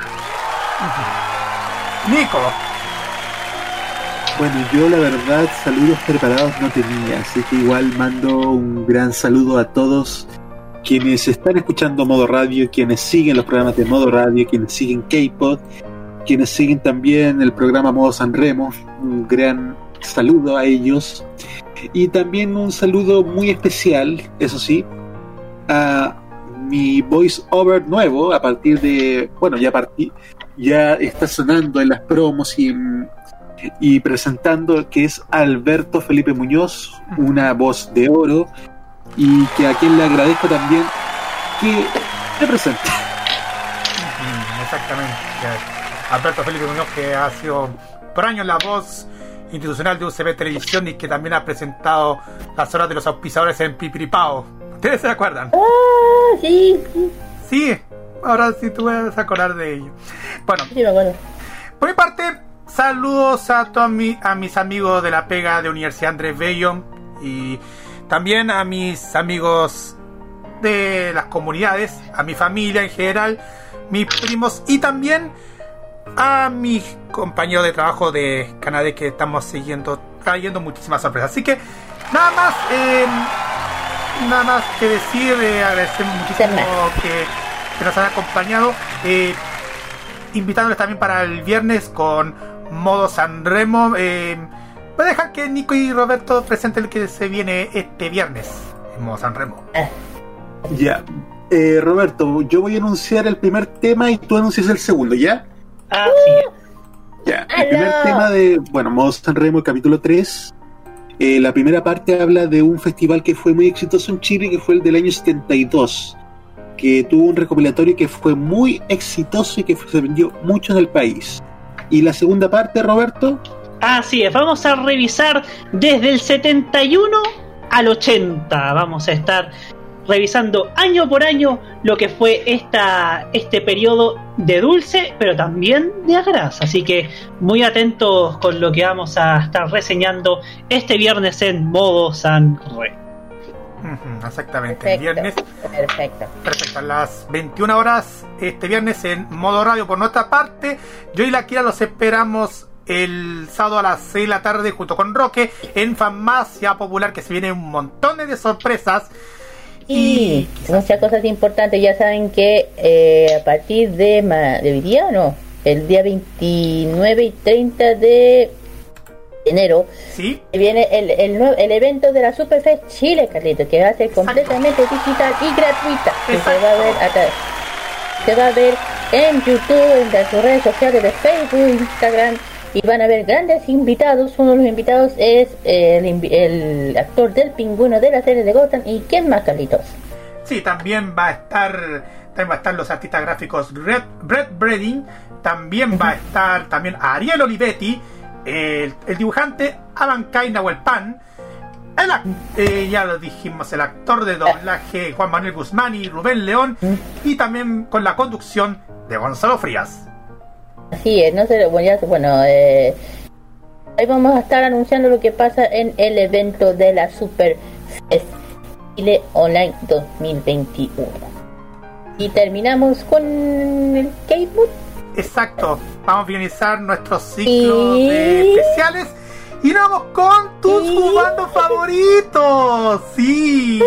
Nico. Bueno, yo la verdad saludos preparados no tenía, así que igual mando un gran saludo a todos quienes están escuchando Modo Radio, quienes siguen los programas de Modo Radio, quienes siguen K-Pod, quienes siguen también el programa Modo Sanremo. Un gran saludo a ellos. Y también un saludo muy especial, eso sí, a mi voice over nuevo, a partir de, bueno, ya partí, ya está sonando en las promos y, y presentando, que es Alberto Felipe Muñoz, una voz de oro, y que a quien le agradezco también que me presente. Exactamente. Alberto Felipe Muñoz, que ha sido por años la voz institucional de U C B Televisión y que también ha presentado las horas de los auspiciadores en Pipiripao. ¿Ustedes se acuerdan? Ah, sí, sí. Sí, ahora sí tú vas a acordar de ello. Bueno, sí, me acuerdo. Por mi parte, saludos a todos mi, a mis amigos de la pega de Universidad Andrés Bello y también a mis amigos de las comunidades, a mi familia en general, mis primos y también a mis compañeros de trabajo de Canadá, que estamos siguiendo, trayendo muchísimas sorpresas. Así que nada más, eh, nada más que decir, eh, agradecemos muchísimo que, que nos han acompañado, eh, invitándoles también para el viernes con Modo San Remo. Eh, voy a dejar que Nico y Roberto presenten el que se viene este viernes en Modo San Remo. Ya, yeah. eh, Roberto, yo voy a anunciar el primer tema y tú anuncias el segundo, ¿ya? Ah, sí. Ya, el primer tema de, bueno, Modo San Remo, capítulo tres. Eh, la primera parte habla de un festival que fue muy exitoso en Chile, que fue el del año setenta y dos, que tuvo un recopilatorio que fue muy exitoso y que se vendió mucho en el país. Y la segunda parte, Roberto. Así es, vamos a revisar desde el setenta y uno al ochenta. Vamos a estar revisando año por año lo que fue esta, este periodo de dulce, pero también de agraz. Así que muy atentos con lo que vamos a estar reseñando este viernes en Modo San Re. Uh-huh, exactamente, perfecto, el viernes. Perfecto. Perfecto, a las veintiuna horas este viernes en Modo Radio. Por nuestra parte, yo y la Kira los esperamos el sábado a las seis de la tarde junto con Roque en Farmacia Popular, que se vienen un montón de sorpresas. Y muchas cosas importantes. Ya saben que eh, a partir de, de hoy día, no, el día veintinueve y treinta de enero, ¿sí? Viene el, el, el evento de la Superfest Chile, Carlito, que va a ser completamente digital y gratuita. Que se va a ver a se va a ver en YouTube, en las redes sociales de Facebook, Instagram, y van a haber grandes invitados. Uno de los invitados es el, el actor del Pingüino de la serie de Gotham. ¿Y quién más, Carlitos? Sí, también va a estar también va a estar los artistas gráficos Red, Brett Bredin, también uh-huh. va a estar también Ariel Olivetti, el, el dibujante Abancay Nahuelpan, el, eh, ya lo dijimos, el actor de doblaje Juan Manuel Guzmán y Rubén León, uh-huh. y también con la conducción de Gonzalo Frías. Así es, no sé, bueno, ya, bueno eh, ahí vamos a estar anunciando lo que pasa en el evento de la Super Fest Chile Online dos mil veintiuno. Y terminamos con el K-Pop. Exacto, vamos a finalizar nuestro ciclo ¿Sí? de especiales y nos vamos con tus ¿Sí? cubanos favoritos. Sí.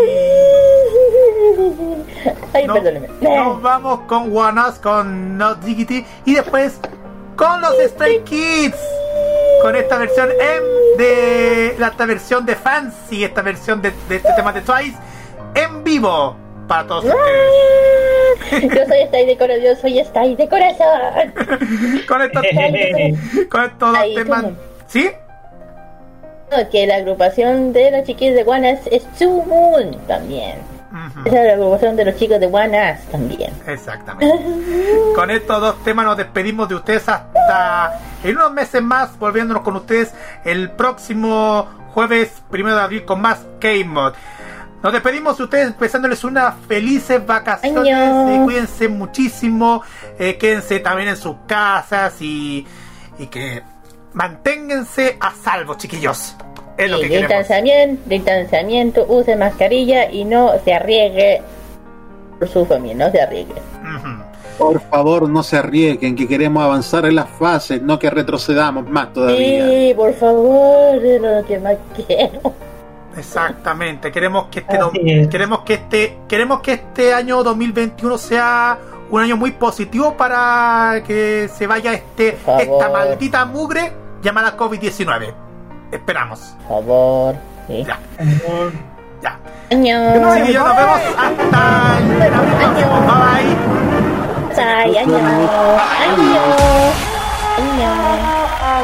Ay, no, perdóname. Nos vamos con One Us, con Not Diggity y después con los Stray Kids, con esta versión en de la esta versión de Fancy, esta versión de, de este tema de Twice en vivo para todos ustedes. Yo soy Stay de corazón, yo soy Stay de corazón. con estos con estos dos Ahí, temas, ¿cómo? ¿Sí? Que la agrupación de los chiquillos de One Us es Two Moon también. Uh-huh. Esa es la agrupación de los chicos de One Us también. Exactamente. Con estos dos temas nos despedimos de ustedes hasta en unos meses más, volviéndonos con ustedes el próximo jueves primero de abril con más K-Mod. Nos despedimos de ustedes deseándoles unas felices vacaciones. Eh, cuídense muchísimo, eh, quédense también en sus casas y, y que manténganse a salvo, chiquillos. Es lo que queremos. Distanciamiento, distanciamiento, use mascarilla y no se arriesgue por su familia, no se arriesgue. Uh-huh. Por favor, no se arriesguen, que queremos avanzar en las fases, no que retrocedamos más todavía. Sí, por favor, es lo que más quiero. Exactamente, queremos que este do- queremos que este queremos que este año dos mil veintiuno sea un año muy positivo para que se vaya este esta maldita mugre llamada COVID diecinueve. Esperamos. Por favor. ¿Sí? Ya. Ya. Año. Bueno, chiquillos, nos vemos hasta el próximo. Bye bye. Ay, año. Año. Año.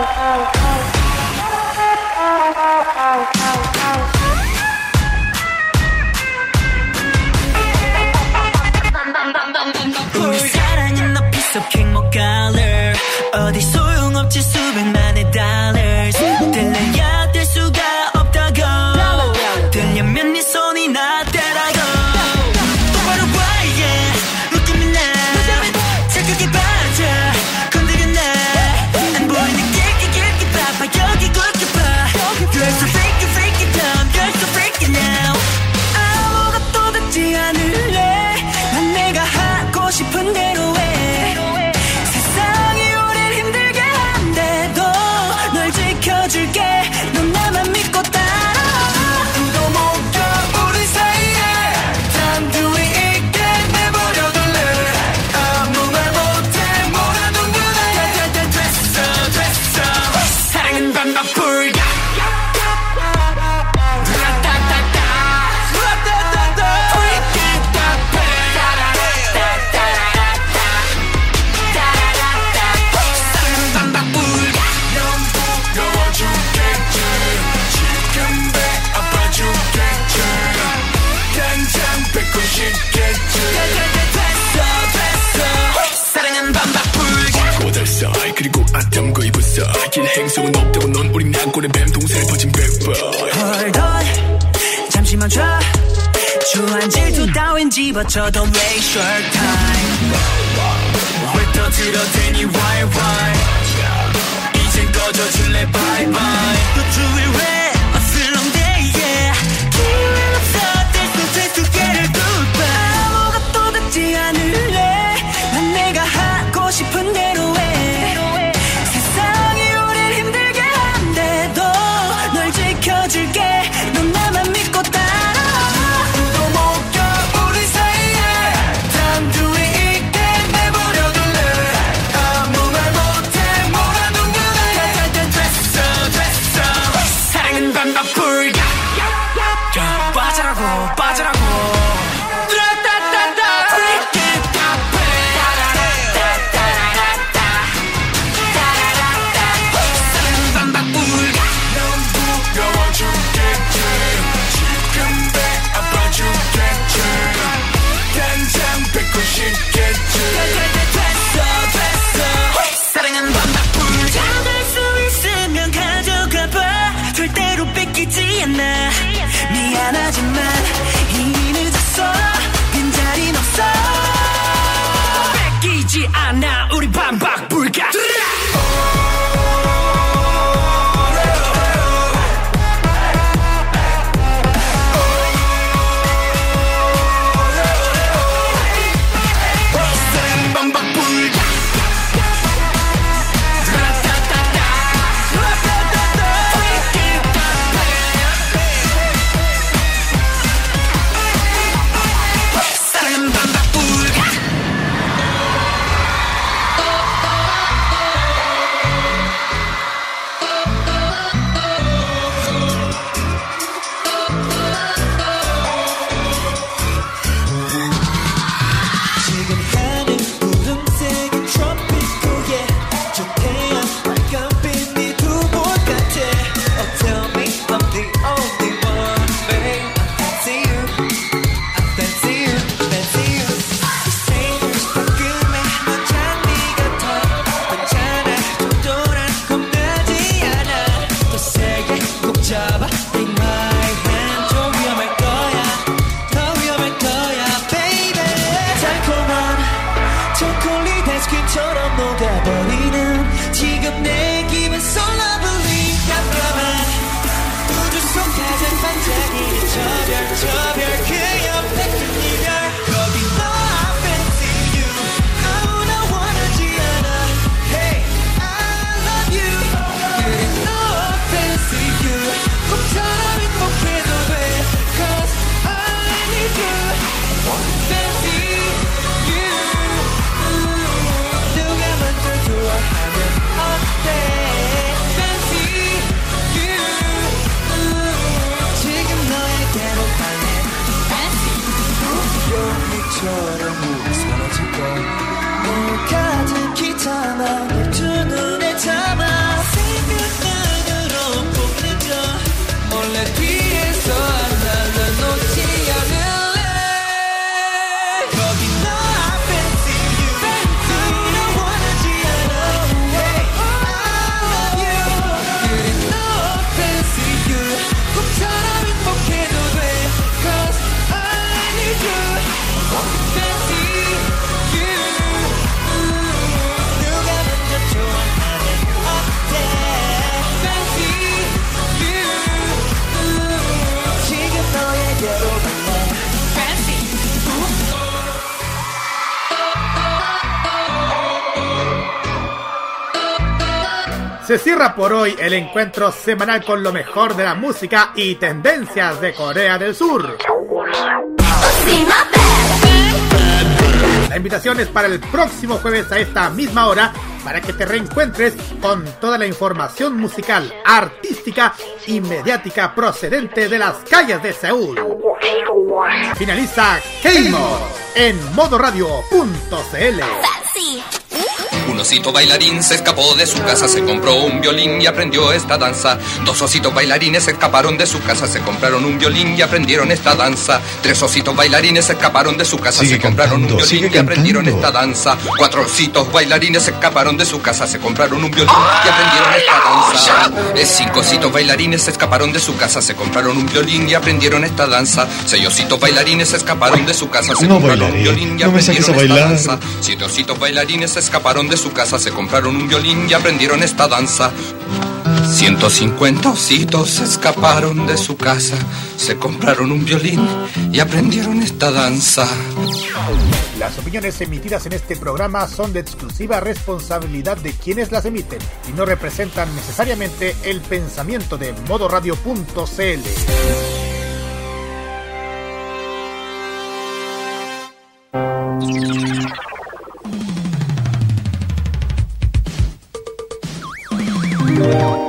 우리 사랑은 높이 속 행복 color 어디 소용없지 수백만의 dollars 들려야 될 수가 없다고 들려면 네 손이 나대라고 똑바로 봐 yeah 웃기면 나 착하게 빠져 건드려 나안 보이는 길게 길게 봐봐 여기 굵게 봐 You're so freaky freaky dumb You're so freaky now 아무것도 듣지 않을래 난 내가 하고 싶은 대로 해 세상이 우릴 힘들게 한데도 널 지켜줄게 넌 나만 믿고 따라와 누구도 못 가 우리 사이에 단둘이 있게 내버려둘래 아무 말 못해 몰아둔 그대 됐어 됐어 사랑은 반박 불가 그리고 아담 거의 부서 길 행성은 없다고 넌 우린 난골의 뱀 동생 퍼진 백번 Hold on 잠시 멈춰 주한 질투 따윈 집어쳐도 waste your time 왜 떠들어대니 why why 이젠 꺼져줄래 bye bye 또 주위 왜 어슬렁대 yeah 기회는 없어 될수 될수 get it goodbye 아무것도 듣지 않을래 난 내가 하고 싶은 대로 해 지켜줄게 넌 나만 믿고 따라와 누구도 못 가 우리 사이에 단둘이 있게 내버려둘래 아무 말 못해 몰아둔 그대 됐어 됐어 사랑은 반박 불가 빠져라고 빠져라고 사랑은 반박불 잡을 수 있으면 가져가봐 절대로 뺏기지 않아 미안하지만 이미 늦었어 빈자리는 없어 뺏기지 않아 우리 반박불가 바람처럼 사라질까 너 가득히 담아 널 두 눈에 담아 생각만으로 보내줘 몰래 뒤에서 나를 놓지 않을래 거기 너 앞에 see you 그런 원하지 않아 hey I love you 그래 너 앞에 see you 꿈처럼 행복해도 돼 cause I need you fancy you 누가 먼저 좋아하면 어때 fancy you 지금 너에게로 갈래 fancy Se cierra por hoy el encuentro semanal con lo mejor de la música y tendencias de Corea del Sur. La invitación es para el próximo jueves a esta misma hora para que te reencuentres con toda la información musical, artística y mediática procedente de las calles de Seúl. Finaliza K-Mod en modoradio punto cl. Un osito bailarín se escapó de su casa, se compró un violín y aprendió esta danza. Dos ositos bailarines se escaparon de su casa, se compraron un violín y aprendieron esta danza. Tres ositos bailarines se escaparon de su casa, sigue se compraron cantando, un violín y aprendieron esta danza. Cuatro ositos bailarines se escaparon de su casa, se compraron un violín y aprendieron esta danza. Eh, Cinco ositos bailarines se escaparon de su casa, se compraron un violín y aprendieron esta danza. Seis ositos bailarines se escaparon de su casa, se No compraron bailaré, un violín y no me saques aprendieron a esta bailar. danza. Siete ositos bailarines se escaparon de su casa, se compraron un violín y aprendieron esta danza. ciento cincuenta ositos se escaparon de su casa, se compraron un violín y aprendieron esta danza. Las opiniones emitidas en este programa son de exclusiva responsabilidad de quienes las emiten y no representan necesariamente el pensamiento de modoradio punto cl. Thank you.